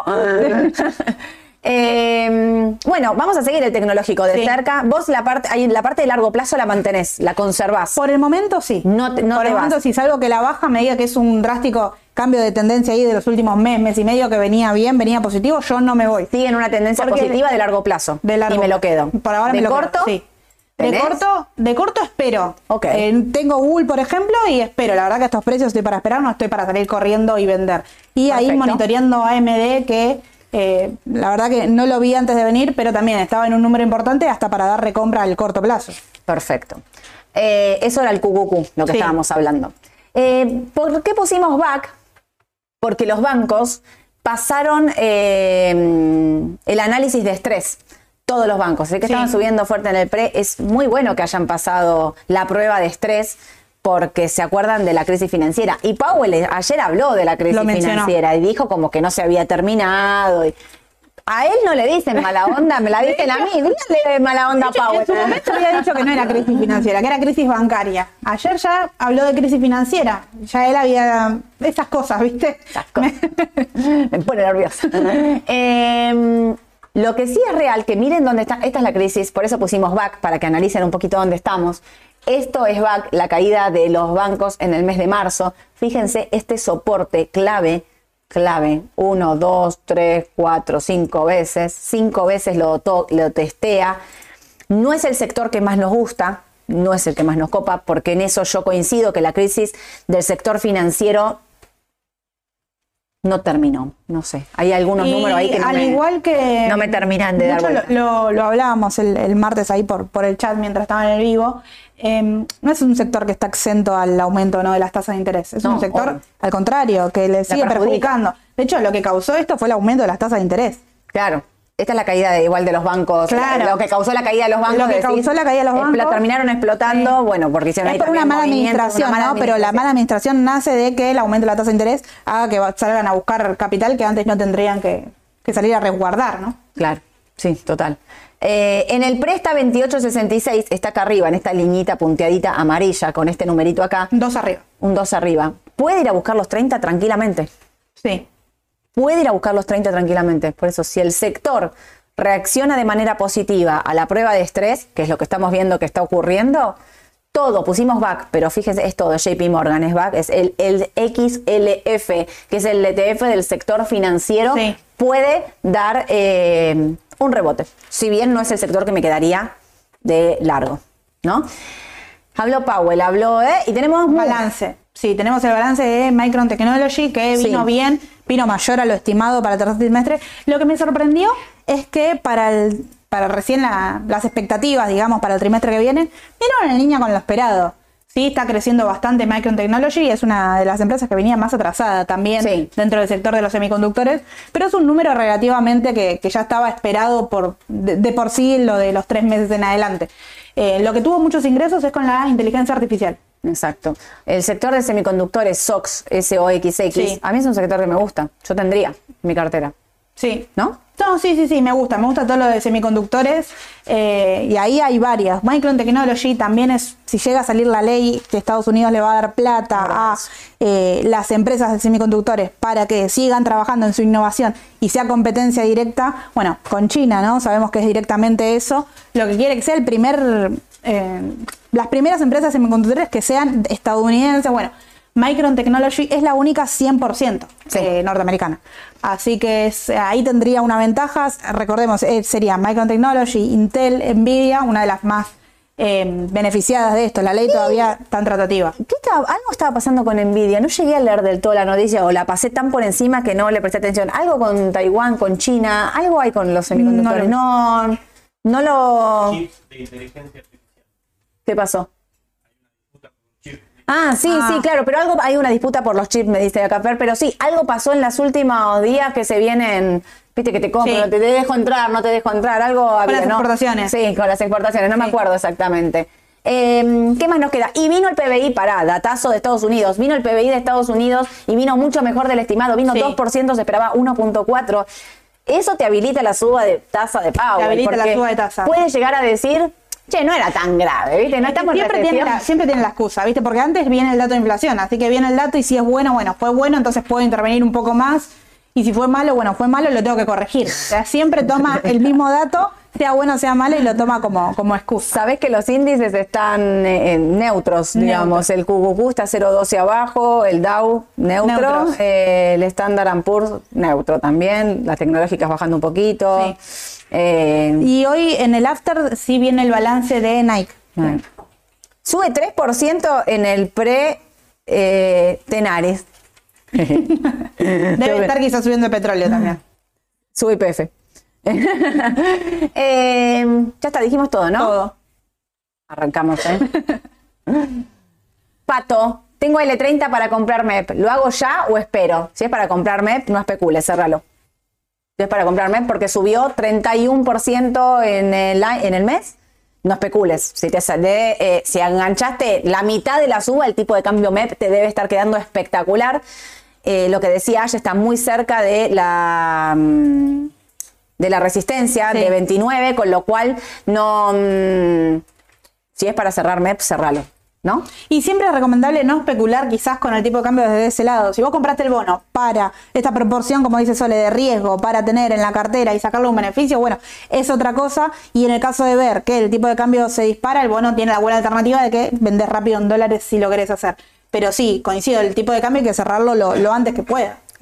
Bueno, vamos a seguir el tecnológico de cerca. Vos la parte de largo plazo la mantenés, la conservás. Por el momento sí. No Por el te momento vas. sí, salvo que la baja me diga que es un drástico cambio de tendencia ahí de los últimos mes y medio, que venía bien, venía positivo, yo no me voy. Sigue en una tendencia Porque positiva de largo plazo. De largo y me lo quedo. Por ahora ¿De me lo corto? quedo, sí. ¿Tenés? De corto espero. Ok. Tengo Google, por ejemplo, y espero. La verdad que estos precios estoy para esperar, no estoy para salir corriendo y vender. Y ahí Perfecto. monitoreando AMD, que la verdad que no lo vi antes de venir, pero también estaba en un número importante hasta para dar recompra al corto plazo. Perfecto. Eso era el QQQ, lo que Sí. estábamos hablando. ¿Por qué pusimos back? Porque los bancos pasaron el análisis de estrés. Todos los bancos. Sé que Sí. estaban subiendo fuerte en el pre. Es muy bueno que hayan pasado la prueba de estrés porque se acuerdan de la crisis financiera. Y Powell ayer habló de la crisis Lo mencionó. financiera y dijo como que no se había terminado. A él no le dicen mala onda, me la dicen a mí. Díganle mala onda a Powell. En su momento había dicho que no era crisis financiera, que era crisis bancaria. Ayer ya habló de crisis financiera. Ya él había esas cosas, ¿viste? Esas cosas. Me pone nerviosa. Lo que sí es real, que miren dónde está, esta es la crisis, por eso pusimos back, para que analicen un poquito dónde estamos. Esto es back, la caída de los bancos en el mes de marzo. Fíjense, este soporte clave, 1, 2, 3, 4, 5 veces. 5 veces lo testea. No es el sector que más nos gusta, no es el que más nos copa, porque en eso yo coincido que la crisis del sector financiero no terminó, no sé. Hay algunos números ahí que al igual que no me terminan de dar vuelta. Lo hablábamos el martes ahí por el chat mientras estaba en el vivo. No es un sector que está exento al aumento, ¿no?, de las tasas de interés. Es un sector, al contrario, que le sigue perjudicando. De hecho, lo que causó esto fue el aumento de las tasas de interés. Claro. Esta es la caída igual de los bancos. Claro. Lo que causó la caída de los bancos. Lo que causó la caída de los bancos. Terminaron explotando, bueno, porque hicieron ahí por una mala administración, ¿no? Pero la mala administración nace de que el aumento de la tasa de interés haga que salgan a buscar capital que antes no tendrían que salir a resguardar, ¿no? Claro, sí, total. En el Presta 2866, está acá arriba, en esta liñita punteadita amarilla, con este numerito acá. 2 arriba. Un 2 arriba. ¿Puede ir a buscar los 30 tranquilamente? Sí. Puede ir a buscar los 30 tranquilamente. Por eso, si el sector reacciona de manera positiva a la prueba de estrés, que es lo que estamos viendo que está ocurriendo, todo, pusimos back, pero fíjense, es todo, JP Morgan es back, es el XLF, que es el ETF del sector financiero, sí, puede dar un rebote. Si bien no es el sector que me quedaría de largo, ¿no? Habló Powell, y tenemos balance. Sí, tenemos el balance de Micron Technology, que vino bien, vino mayor a lo estimado para el tercer trimestre. Lo que me sorprendió es que para recién las expectativas, digamos, para el trimestre que viene, vieron en línea con lo esperado. Sí, está creciendo bastante Micron Technology y es una de las empresas que venía más atrasada también dentro del sector de los semiconductores, pero es un número relativamente que ya estaba esperado de por sí lo de los 3 meses en adelante. Lo que tuvo muchos ingresos es con la inteligencia artificial. Exacto. El sector de semiconductores, SOX, SOXX, a mí es un sector que me gusta. Yo tendría mi cartera. Sí. ¿No? No, sí, me gusta todo lo de semiconductores y ahí hay varias. Micron Technology también es, si llega a salir la ley que Estados Unidos le va a dar plata a las empresas de semiconductores para que sigan trabajando en su innovación y sea competencia directa, bueno, con China, ¿no? Sabemos que es directamente eso, lo que quiere que sea las primeras empresas semiconductores que sean estadounidenses, bueno. Micron Technology es la única 100% norteamericana. Así que ahí tendría una ventaja. Recordemos, sería Micron Technology, Intel, Nvidia, una de las más beneficiadas de esto. La ley todavía está en tratativa. Algo estaba pasando con Nvidia. No llegué a leer del todo la noticia o la pasé tan por encima que no le presté atención. Algo con Taiwán, con China, algo hay con los semiconductores. No lo... Chips de inteligencia artificial. ¿Qué pasó? Sí, claro, pero hay una disputa por los chips, me dice acá, pero sí, algo pasó en los últimos días que se vienen, viste que te compro, no te dejo entrar, algo había, con las exportaciones. Sí, con las exportaciones, no me acuerdo exactamente. ¿Qué más nos queda? Y vino el PBI, datazo de Estados Unidos, vino el PBI de Estados Unidos y vino mucho mejor del estimado, vino 2%, se esperaba 1.4%. Eso te habilita la suba de tasa de Powell. Te habilita la suba de tasa. Puedes llegar a decir... Che, no era tan grave, ¿viste? No estamos siempre tiene la excusa, ¿viste? Porque antes viene el dato de inflación, así que viene el dato y si es bueno, fue bueno, entonces puedo intervenir un poco más. Y si fue malo, fue malo, lo tengo que corregir. O sea, siempre toma el mismo dato, sea bueno, sea malo, y lo toma como excusa. Sabés que los índices están neutros, digamos. El QQQ está 0.12 abajo, el Dow neutro, el Standard & Poor's neutro también, las tecnológicas bajando un poquito. Sí. Y hoy en el after sí viene el balance de Nike. Sube 3% en el Tenaris. Debe estar quizás subiendo el petróleo también. Sube YPF. Ya está, dijimos todo, ¿no? Todo. Arrancamos, Pato, tengo L30 para comprar MEP. ¿Lo hago ya o espero? Si es para comprar MEP, no especules, cérralo. Si es para comprar MEP porque subió 31% en el mes, no especules. Si enganchaste la mitad de la suba, el tipo de cambio MEP te debe estar quedando espectacular. Lo que decía Ash está muy cerca de la resistencia de 29, con lo cual si es para cerrar MEP, cerralo, ¿no? Y siempre es recomendable no especular quizás con el tipo de cambio desde ese lado. Si vos compraste el bono para esta proporción, como dice Sole, de riesgo para tener en la cartera y sacarle un beneficio, es otra cosa. Y en el caso de ver que el tipo de cambio se dispara, el bono tiene la buena alternativa de que vendés rápido en dólares si lo querés hacer. Pero sí, coincido, el tipo de cambio hay que cerrarlo lo antes que pueda.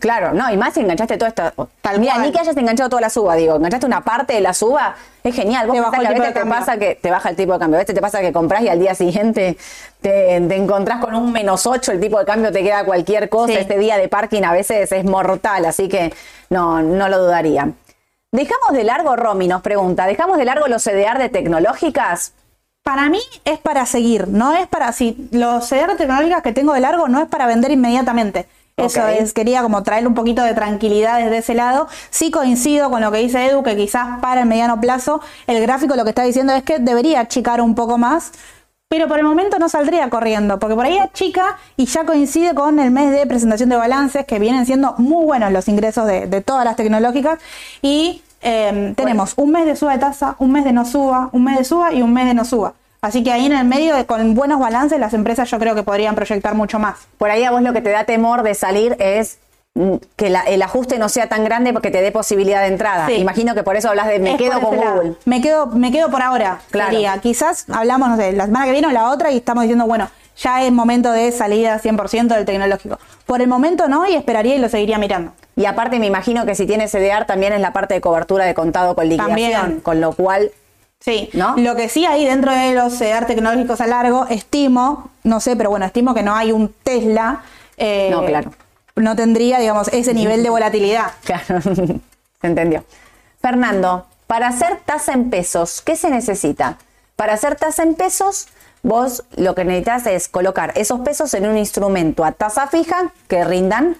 Claro, no, y más si enganchaste todo esto. Tal Mira, cual. ni que hayas enganchado toda la suba, digo, enganchaste una parte de la suba, es genial. Vos Te pensás bajó que el a tipo veces de te cambio. pasa que te baja el tipo de cambio, a veces te pasa que compras y al día siguiente te encontrás con un -8, el tipo de cambio te queda cualquier cosa, Sí. este día de parking a veces es mortal, así que no lo dudaría. ¿Dejamos de largo, Romy nos pregunta, dejamos de largo los CDR de tecnológicas? Para mí es para seguir, no es para, si los CDR tecnológicas que tengo de largo no es para vender inmediatamente. Eso Ok. es, quería como traerle un poquito de tranquilidad desde ese lado. Sí coincido con lo que dice Edu, que quizás para el mediano plazo el gráfico lo que está diciendo es que debería achicar un poco más, pero por el momento no saldría corriendo, porque por ahí achica y ya coincide con el mes de presentación de balances, que vienen siendo muy buenos los ingresos de todas las tecnológicas, y tenemos un mes de suba de tasa, un mes de no suba, un mes de suba y un mes de no suba. Así que ahí en el medio, con buenos balances, las empresas yo creo que podrían proyectar mucho más. Por ahí a vos lo que te da temor de salir es que el ajuste no sea tan grande porque te dé posibilidad de entrada. Sí. Imagino que por eso hablas de me Es quedo por con ese lado. Google. Me quedo por ahora, Claro. diría. Quizás hablamos, no sé, la semana que viene o la otra y estamos diciendo, bueno, ya es momento de salida 100% del tecnológico. Por el momento no, y esperaría y lo seguiría mirando. Y aparte me imagino que si tienes CDR también es la parte de cobertura de contado con liquidación, También. con lo cual Sí, ¿no? Lo que sí hay dentro de los CDR tecnológicos a largo, estimo, no sé, pero bueno, estimo que no hay un Tesla. No, claro. No tendría, digamos, ese nivel de volatilidad. Claro, se entendió. Fernando, para hacer tasa en pesos, ¿qué se necesita? Para hacer tasa en pesos, vos lo que necesitas es colocar esos pesos en un instrumento a tasa fija que rindan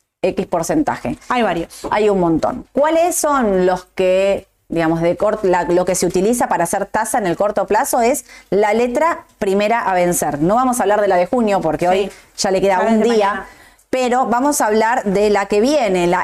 X porcentaje. Hay varios. Hay un montón. ¿Cuáles son los que, digamos, lo que se utiliza para hacer tasa en el corto plazo? Es la letra primera a vencer. No vamos a hablar de la de junio porque Sí. hoy ya le queda Ya un desde día. mañana. Pero vamos a hablar de la que viene, la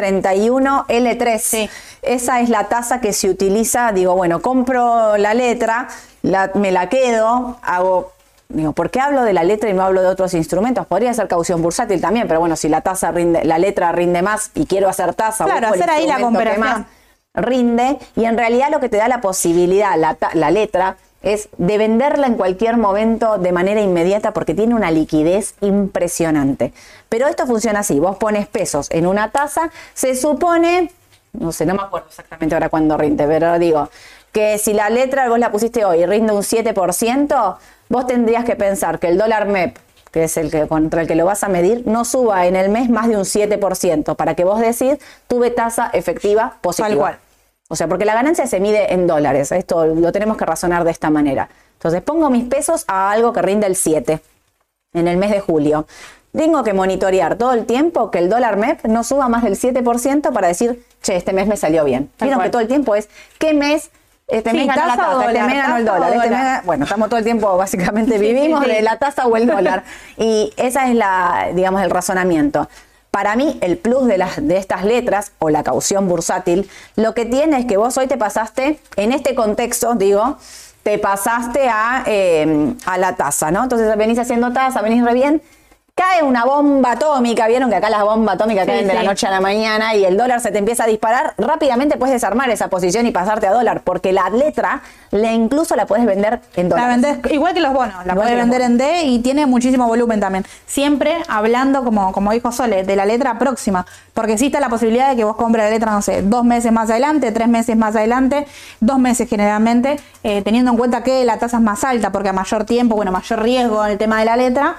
S31L3. Sí. Esa es la tasa que se utiliza. Digo, bueno, compro la letra, me la quedo, hago... Digo, ¿por qué hablo de la letra y no hablo de otros instrumentos? Podría ser caución bursátil también, pero bueno, si la tasa rinde, la letra rinde más y quiero hacer tasa, Claro, busco el hacer ahí la instrumento que comparación. más rinde, y en realidad lo que te da la posibilidad, la letra, es de venderla en cualquier momento de manera inmediata porque tiene una liquidez impresionante. Pero esto funciona así, vos pones pesos en una tasa, se supone, no sé, no me acuerdo exactamente ahora cuándo rinde, pero digo, que si la letra vos la pusiste hoy y rinde un 7%, vos tendrías que pensar que el dólar MEP, que es el que contra el que lo vas a medir, no suba en el mes más de un 7%, para que vos decís, tuve tasa efectiva positiva. Tal cual. O sea, porque la ganancia se mide en dólares. Esto lo tenemos que razonar de esta manera. Entonces, pongo mis pesos a algo que rinde el 7 en el mes de julio. Tengo que monitorear todo el tiempo que el dólar MEP no suba más del 7% para decir, che, este mes me salió bien. Tal Vieron cual. que todo el tiempo es, ¿qué mes? Este Sí, mes ganó la tasa o tasa, este dólar, mes ganó el tasa o dólar. Este dólar. mes, bueno, estamos todo el tiempo, básicamente vivimos sí. de la tasa o el dólar. Y esa es digamos, el razonamiento. Para mí, el plus de estas letras, o la caución bursátil, lo que tiene es que vos hoy te pasaste, en este contexto, digo, te pasaste a la tasa, ¿no? Entonces venís haciendo tasa, venís re bien, cae una bomba atómica, vieron que acá las bombas atómicas Sí, caen de la sí. noche a la mañana y el dólar se te empieza a disparar, rápidamente puedes desarmar esa posición y pasarte a dólar, porque la letra incluso la puedes vender en La dólares. vendés, igual que los bonos, la Igual podés que los vender en D y tiene muchísimo volumen también. Siempre hablando, como dijo Sole, de la letra próxima, porque existe la posibilidad de que vos compres la letra, no sé, 2 meses más adelante, 3 meses más adelante, 2 meses generalmente, teniendo en cuenta que la tasa es más alta, porque a mayor tiempo, bueno, mayor riesgo en el tema de la letra,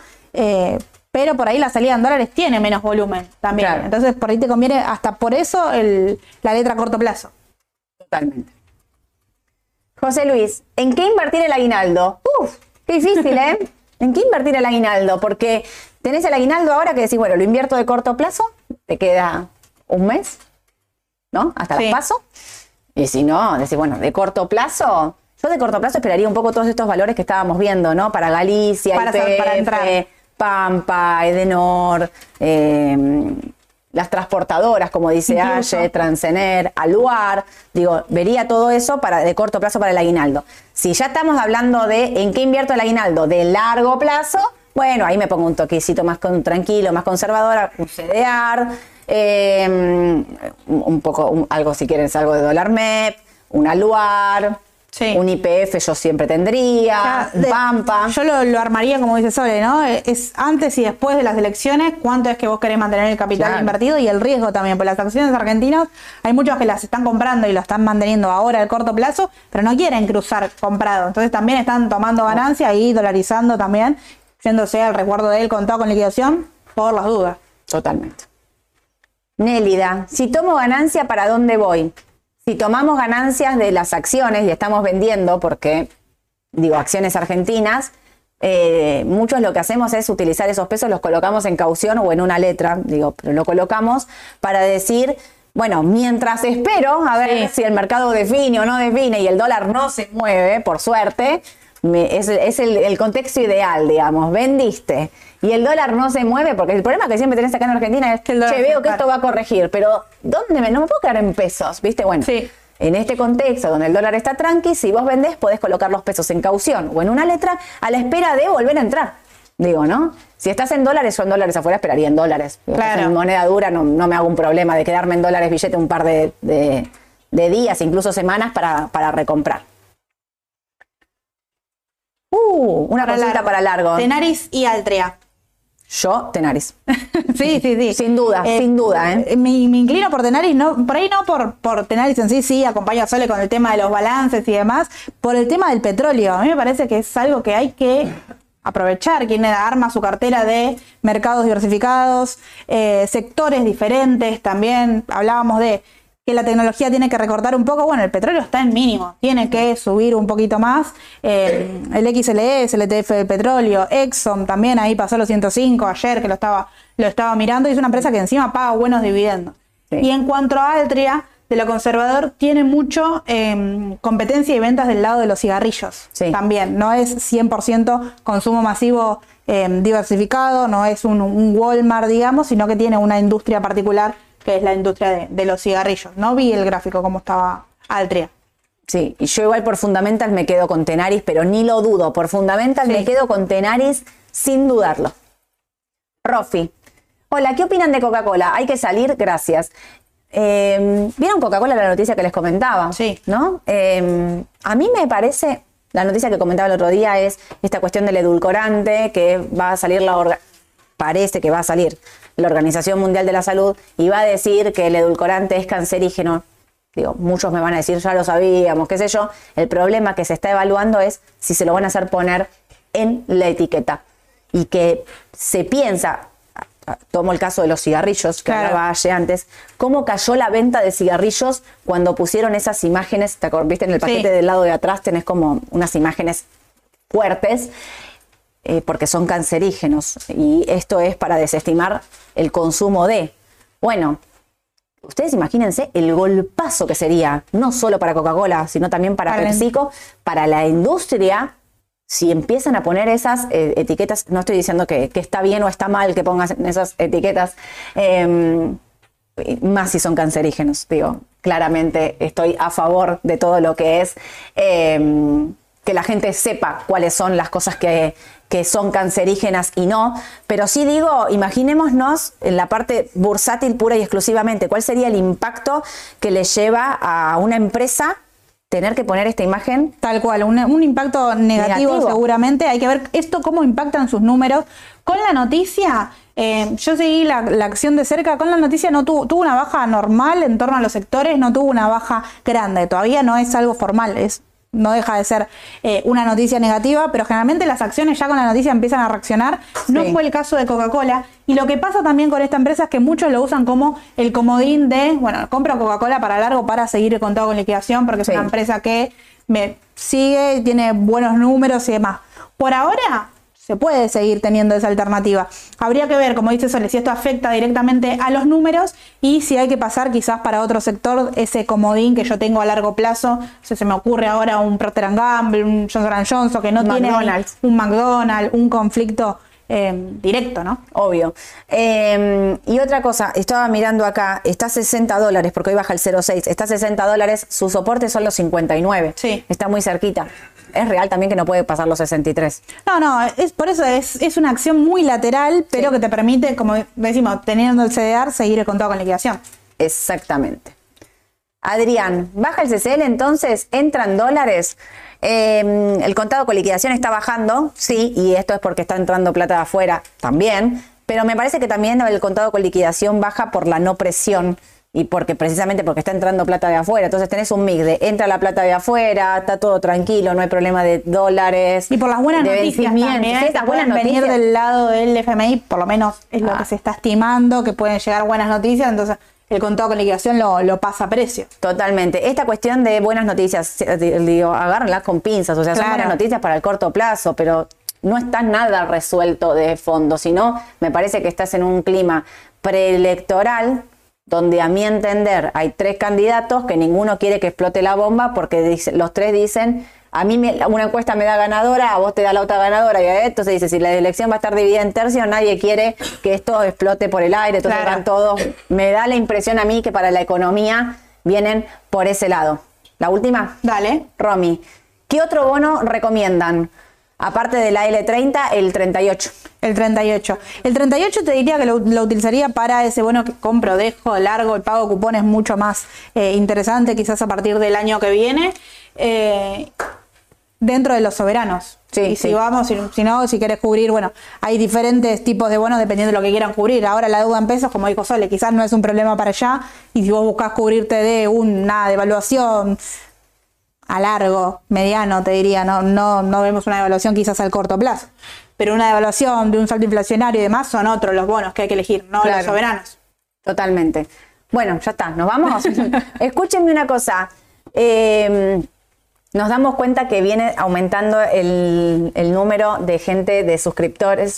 pero por ahí la salida en dólares tiene menos volumen también. Claro. Entonces por ahí te conviene, hasta por eso, la letra a corto plazo. Totalmente. José Luis, ¿en qué invertir el aguinaldo? Uf, qué difícil, ¿eh? ¿En qué invertir el aguinaldo? Porque tenés el aguinaldo ahora que decís, bueno, lo invierto de corto plazo, te queda un mes, ¿no? Hasta Sí. las paso. Y si no, decís, bueno, de corto plazo, yo de corto plazo esperaría un poco todos estos valores que estábamos viendo, ¿no? Para Galicia, Para entrar. YPF, Pampa, Edenor, las transportadoras, como dice Incluso. Aye, Transener, Aluar, digo, vería todo eso de corto plazo para el aguinaldo. Si ya estamos hablando de en qué invierto el aguinaldo de largo plazo, bueno, ahí me pongo un toquecito más tranquilo, más conservadora, un CDR, un poco, algo si quieren, algo de dólar MEP, un Aluar, Sí. Un YPF yo siempre tendría, Pampa. Yo lo armaría como dice Sole, ¿no? Es antes y después de las elecciones, cuánto es que vos querés mantener el capital invertido y el riesgo también. Por las acciones argentinas hay muchos que las están comprando y lo están manteniendo ahora a corto plazo, pero no quieren cruzar comprado. Entonces también están tomando ganancia y dolarizando también, yéndose al resguardo del contado con liquidación por las dudas. Totalmente. Nélida, si tomo ganancia, ¿para dónde voy? Si tomamos ganancias de las acciones y estamos vendiendo, porque, digo, acciones argentinas, muchos lo que hacemos es utilizar esos pesos, los colocamos en caución o en una letra, digo, pero lo colocamos para decir, bueno, mientras espero a ver si el mercado define o no define y el dólar no se mueve, por suerte, es el contexto ideal, digamos, vendiste y el dólar no se mueve, porque el problema que siempre tenés acá en Argentina es que veo que esto va a corregir, pero ¿dónde no me puedo quedar en pesos? ¿Viste? Bueno, en este contexto donde el dólar está tranqui, si vos vendés podés colocar los pesos en caución o en una letra a la espera de volver a entrar. Digo, ¿no? Si estás en dólares, yo en dólares afuera esperaría en dólares. Claro. En moneda dura no me hago un problema de quedarme en dólares billete un par de días, incluso semanas para recomprar. Una consulta para largo. Tenaris y Altria. Yo, Tenaris. Sí. Sin duda. Me inclino por Tenaris, no, por ahí no por Tenaris en sí, acompaño a Sole con el tema de los balances y demás, por el tema del petróleo. A mí me parece que es algo que hay que aprovechar, quien arma su cartera de mercados diversificados, sectores diferentes, también hablábamos de que la tecnología tiene que recortar un poco, bueno, el petróleo está en mínimo, tiene que subir un poquito más, el XLE es el ETF del petróleo, Exxon también ahí pasó los 105 ayer que lo estaba mirando y es una empresa que encima paga buenos dividendos. Sí. Y en cuanto a Altria, de lo conservador, tiene mucho competencia y ventas del lado de los cigarrillos también, no es 100% consumo masivo diversificado, no es un Walmart, digamos, sino que tiene una industria particular que es la industria de los cigarrillos. No vi el gráfico como estaba Altria. Sí, y yo igual por Fundamental me quedo con Tenaris, pero ni lo dudo. Por Fundamental me quedo con Tenaris sin dudarlo. Rofi. Hola, ¿qué opinan de Coca-Cola? Hay que salir, gracias. ¿Vieron Coca-Cola la noticia que les comentaba? Sí. ¿No? A mí me parece, la noticia que comentaba el otro día es esta cuestión del edulcorante, que va a salir parece que va a salir la Organización Mundial de la Salud y va a decir que el edulcorante es cancerígeno. Digo, muchos me van a decir, ya lo sabíamos, qué sé yo. El problema que se está evaluando es si se lo van a hacer poner en la etiqueta. Y que se piensa, tomo el caso de los cigarrillos, que hablaba ayer antes, cómo cayó la venta de cigarrillos cuando pusieron esas imágenes, ¿viste? En el paquete del lado de atrás tenés como unas imágenes fuertes, porque son cancerígenos. Y esto es para desestimar el consumo de... Bueno, ustedes imagínense el golpazo que sería, no solo para Coca-Cola, sino también para PepsiCo, para la industria, si empiezan a poner esas etiquetas. No estoy diciendo que está bien o está mal que pongan esas etiquetas, más si son cancerígenos. Digo, claramente estoy a favor de todo lo que es que la gente sepa cuáles son las cosas que son cancerígenas y no, pero sí digo, imaginémonos en la parte bursátil pura y exclusivamente, ¿cuál sería el impacto que le lleva a una empresa tener que poner esta imagen? Tal cual, un impacto negativo seguramente. Hay que ver esto cómo impactan sus números. Con la noticia, yo seguí la acción de cerca, con la noticia no tuvo una baja normal en torno a los sectores, no tuvo una baja grande, todavía no es algo formal, no deja de ser una noticia negativa, pero generalmente las acciones ya con la noticia empiezan a reaccionar. No fue el caso de Coca-Cola. Y lo que pasa también con esta empresa es que muchos lo usan como el comodín de, bueno, compro Coca-Cola para largo para seguir el contado con liquidación, porque es una empresa que me sigue, tiene buenos números y demás. Por ahora se puede seguir teniendo esa alternativa. Habría que ver, como dice Sole, si esto afecta directamente a los números y si hay que pasar quizás para otro sector ese comodín que yo tengo a largo plazo. Se me ocurre ahora un Procter & Gamble, un Johnson & Johnson, que no tiene un McDonald's, un conflicto directo, ¿no? Obvio. Y otra cosa, estaba mirando acá, está a $60, porque hoy baja el 0,6, está a $60, su soporte son los 59. Sí. Está muy cerquita. Es real también que no puede pasar los 63. No, por eso es una acción muy lateral, pero que te permite, como decimos, teniendo el CDR, seguir el contado con liquidación. Exactamente. Adrián, baja el CCL entonces, entran dólares. El contado con liquidación está bajando, sí, y esto es porque está entrando plata de afuera también, pero me parece que también el contado con liquidación baja por la no presión y precisamente porque está entrando plata de afuera. Entonces tenés un mix de entra la plata de afuera, está todo tranquilo, no hay problema de dólares. Y por las buenas noticias también, sí, estas buenas venir noticias del lado del FMI, por lo menos es lo que se está estimando, que pueden llegar buenas noticias, entonces el contado con liquidación lo pasa a precio. Totalmente. Esta cuestión de buenas noticias, digo, agárrenlas con pinzas, o sea, son buenas noticias para el corto plazo, pero no está nada resuelto de fondo, sino me parece que estás en un clima preelectoral donde a mi entender hay 3 candidatos que ninguno quiere que explote la bomba porque los 3 dicen, a mí una encuesta me da ganadora, a vos te da la otra ganadora, y entonces dice, si la elección va a estar dividida en tercios, nadie quiere que esto explote por el aire, entonces van todos, me da la impresión a mí que para la economía vienen por ese lado. La última. Dale. Romy, ¿qué otro bono recomiendan? Aparte de la L30, el 38. El 38. El 38 te diría que lo utilizaría para ese bono que compro, dejo, largo, el pago de cupones mucho más interesante, quizás a partir del año que viene, dentro de los soberanos. Sí, y si vamos, si no, si querés cubrir, bueno, hay diferentes tipos de bonos dependiendo de lo que quieran cubrir. Ahora la deuda en pesos, como dijo Sole, quizás no es un problema para allá, y si vos buscás cubrirte de una devaluación a largo, mediano, te diría, no vemos una devaluación quizás al corto plazo, pero una devaluación de un salto inflacionario y demás son otros los bonos que hay que elegir, no los soberanos. Totalmente. Bueno, ya está, ¿nos vamos? Escúchenme una cosa, nos damos cuenta que viene aumentando el número de gente, de suscriptores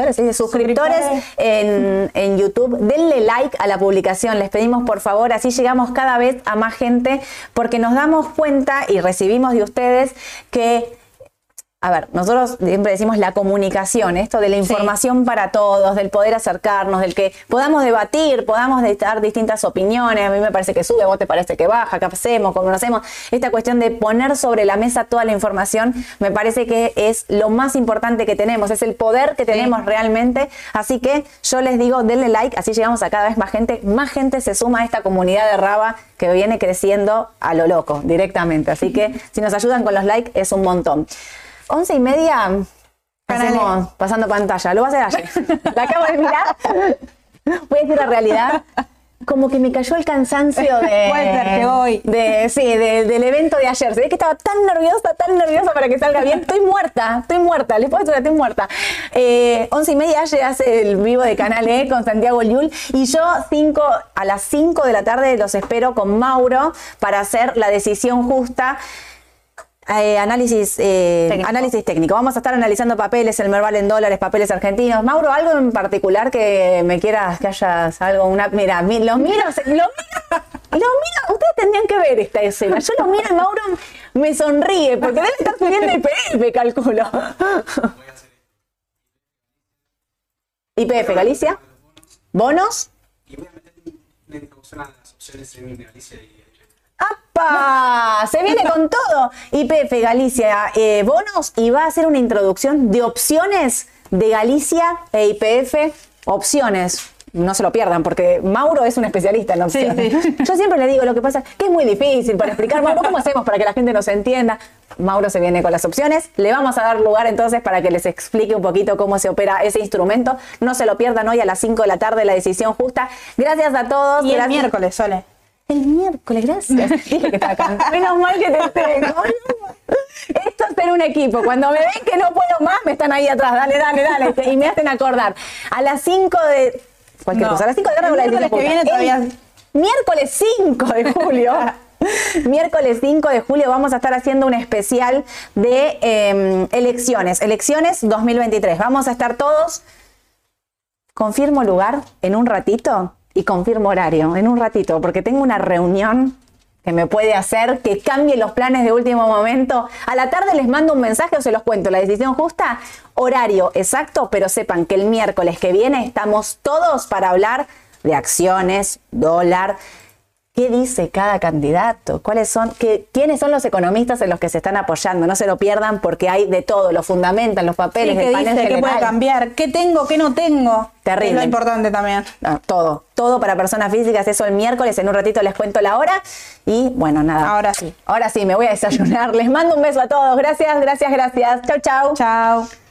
en YouTube. Denle like a la publicación, les pedimos por favor, así llegamos cada vez a más gente, porque nos damos cuenta y recibimos de ustedes que, a ver, nosotros siempre decimos la comunicación, esto de la información para todos, del poder acercarnos, del que podamos debatir, podamos dar distintas opiniones. A mí me parece que sube, a vos te parece que baja, qué hacemos, cómo lo hacemos. Esta cuestión de poner sobre la mesa toda la información me parece que es lo más importante que tenemos, es el poder que tenemos realmente. Así que yo les digo, denle like, así llegamos a cada vez más gente se suma a esta comunidad de Raba que viene creciendo a lo loco directamente. Así que si nos ayudan con los likes es un montón. 11:30, hacemos pasando pantalla. Lo va a hacer ayer. La acabo de mirar. Voy a decir la realidad. Como que me cayó el cansancio del evento de ayer. Se ve que estaba tan nerviosa para que salga bien. Estoy muerta. Les puedo decir, estoy muerta. 11:30 ayer hace el vivo de Canal E con Santiago Llull. Y yo a las 5 de la tarde los espero con Mauro para hacer la decisión justa. Análisis técnico. Vamos a estar analizando papeles, el Merval en dólares, papeles argentinos. Mauro, ¿algo en particular que me quieras, que hayas algo? Mira, los miro. Ustedes tendrían que ver esta escena. Yo lo miro y Mauro me sonríe porque debe estar subiendo IPF, calculo. IPF, Galicia. ¿Bonos? Y voy a meter una introducción a las opciones en Galicia y ¡apa! Se viene con todo. YPF Galicia, bonos, y va a hacer una introducción de opciones de Galicia e YPF, opciones. No se lo pierdan, porque Mauro es un especialista en opciones. Sí. Yo siempre le digo, lo que pasa es que es muy difícil para explicar, Mauro, ¿cómo hacemos para que la gente nos entienda? Mauro se viene con las opciones. Le vamos a dar lugar entonces para que les explique un poquito cómo se opera ese instrumento. No se lo pierdan hoy a las 5 de la tarde, la decisión justa. Gracias a todos. Y el miércoles, Sole. El miércoles, gracias. Dije que estaba acá. Menos mal que te tengo. Esto es ser un equipo. Cuando me ven que no puedo más, me están ahí atrás. Dale. Y me hacen acordar. A las 5 de... Cualquier cosa. A las 5 de la tarde. El miércoles que viene todavía... Miércoles 5 de julio. Miércoles 5 de julio vamos a estar haciendo un especial de elecciones. Elecciones 2023. Vamos a estar todos... Confirmo lugar en un ratito. Y confirmo horario en un ratito, porque tengo una reunión que me puede hacer que cambie los planes de último momento. A la tarde les mando un mensaje o se los cuento. La decisión justa, horario exacto, pero sepan que el miércoles que viene estamos todos para hablar de acciones, dólar, ¿Qué dice cada candidato? ¿Quiénes son los economistas en los que se están apoyando? No se lo pierdan porque hay de todo, lo fundamentan, los papeles, ¿Qué el panel dice? ¿Qué general. puede cambiar? ¿Qué tengo? ¿Qué no tengo? Terrible. Es lo importante también. No, todo para personas físicas, eso el miércoles, en un ratito les cuento la hora y bueno, nada. Ahora sí. Ahora sí, me voy a desayunar. Les mando un beso a todos. Gracias. Chau, chau. Chao.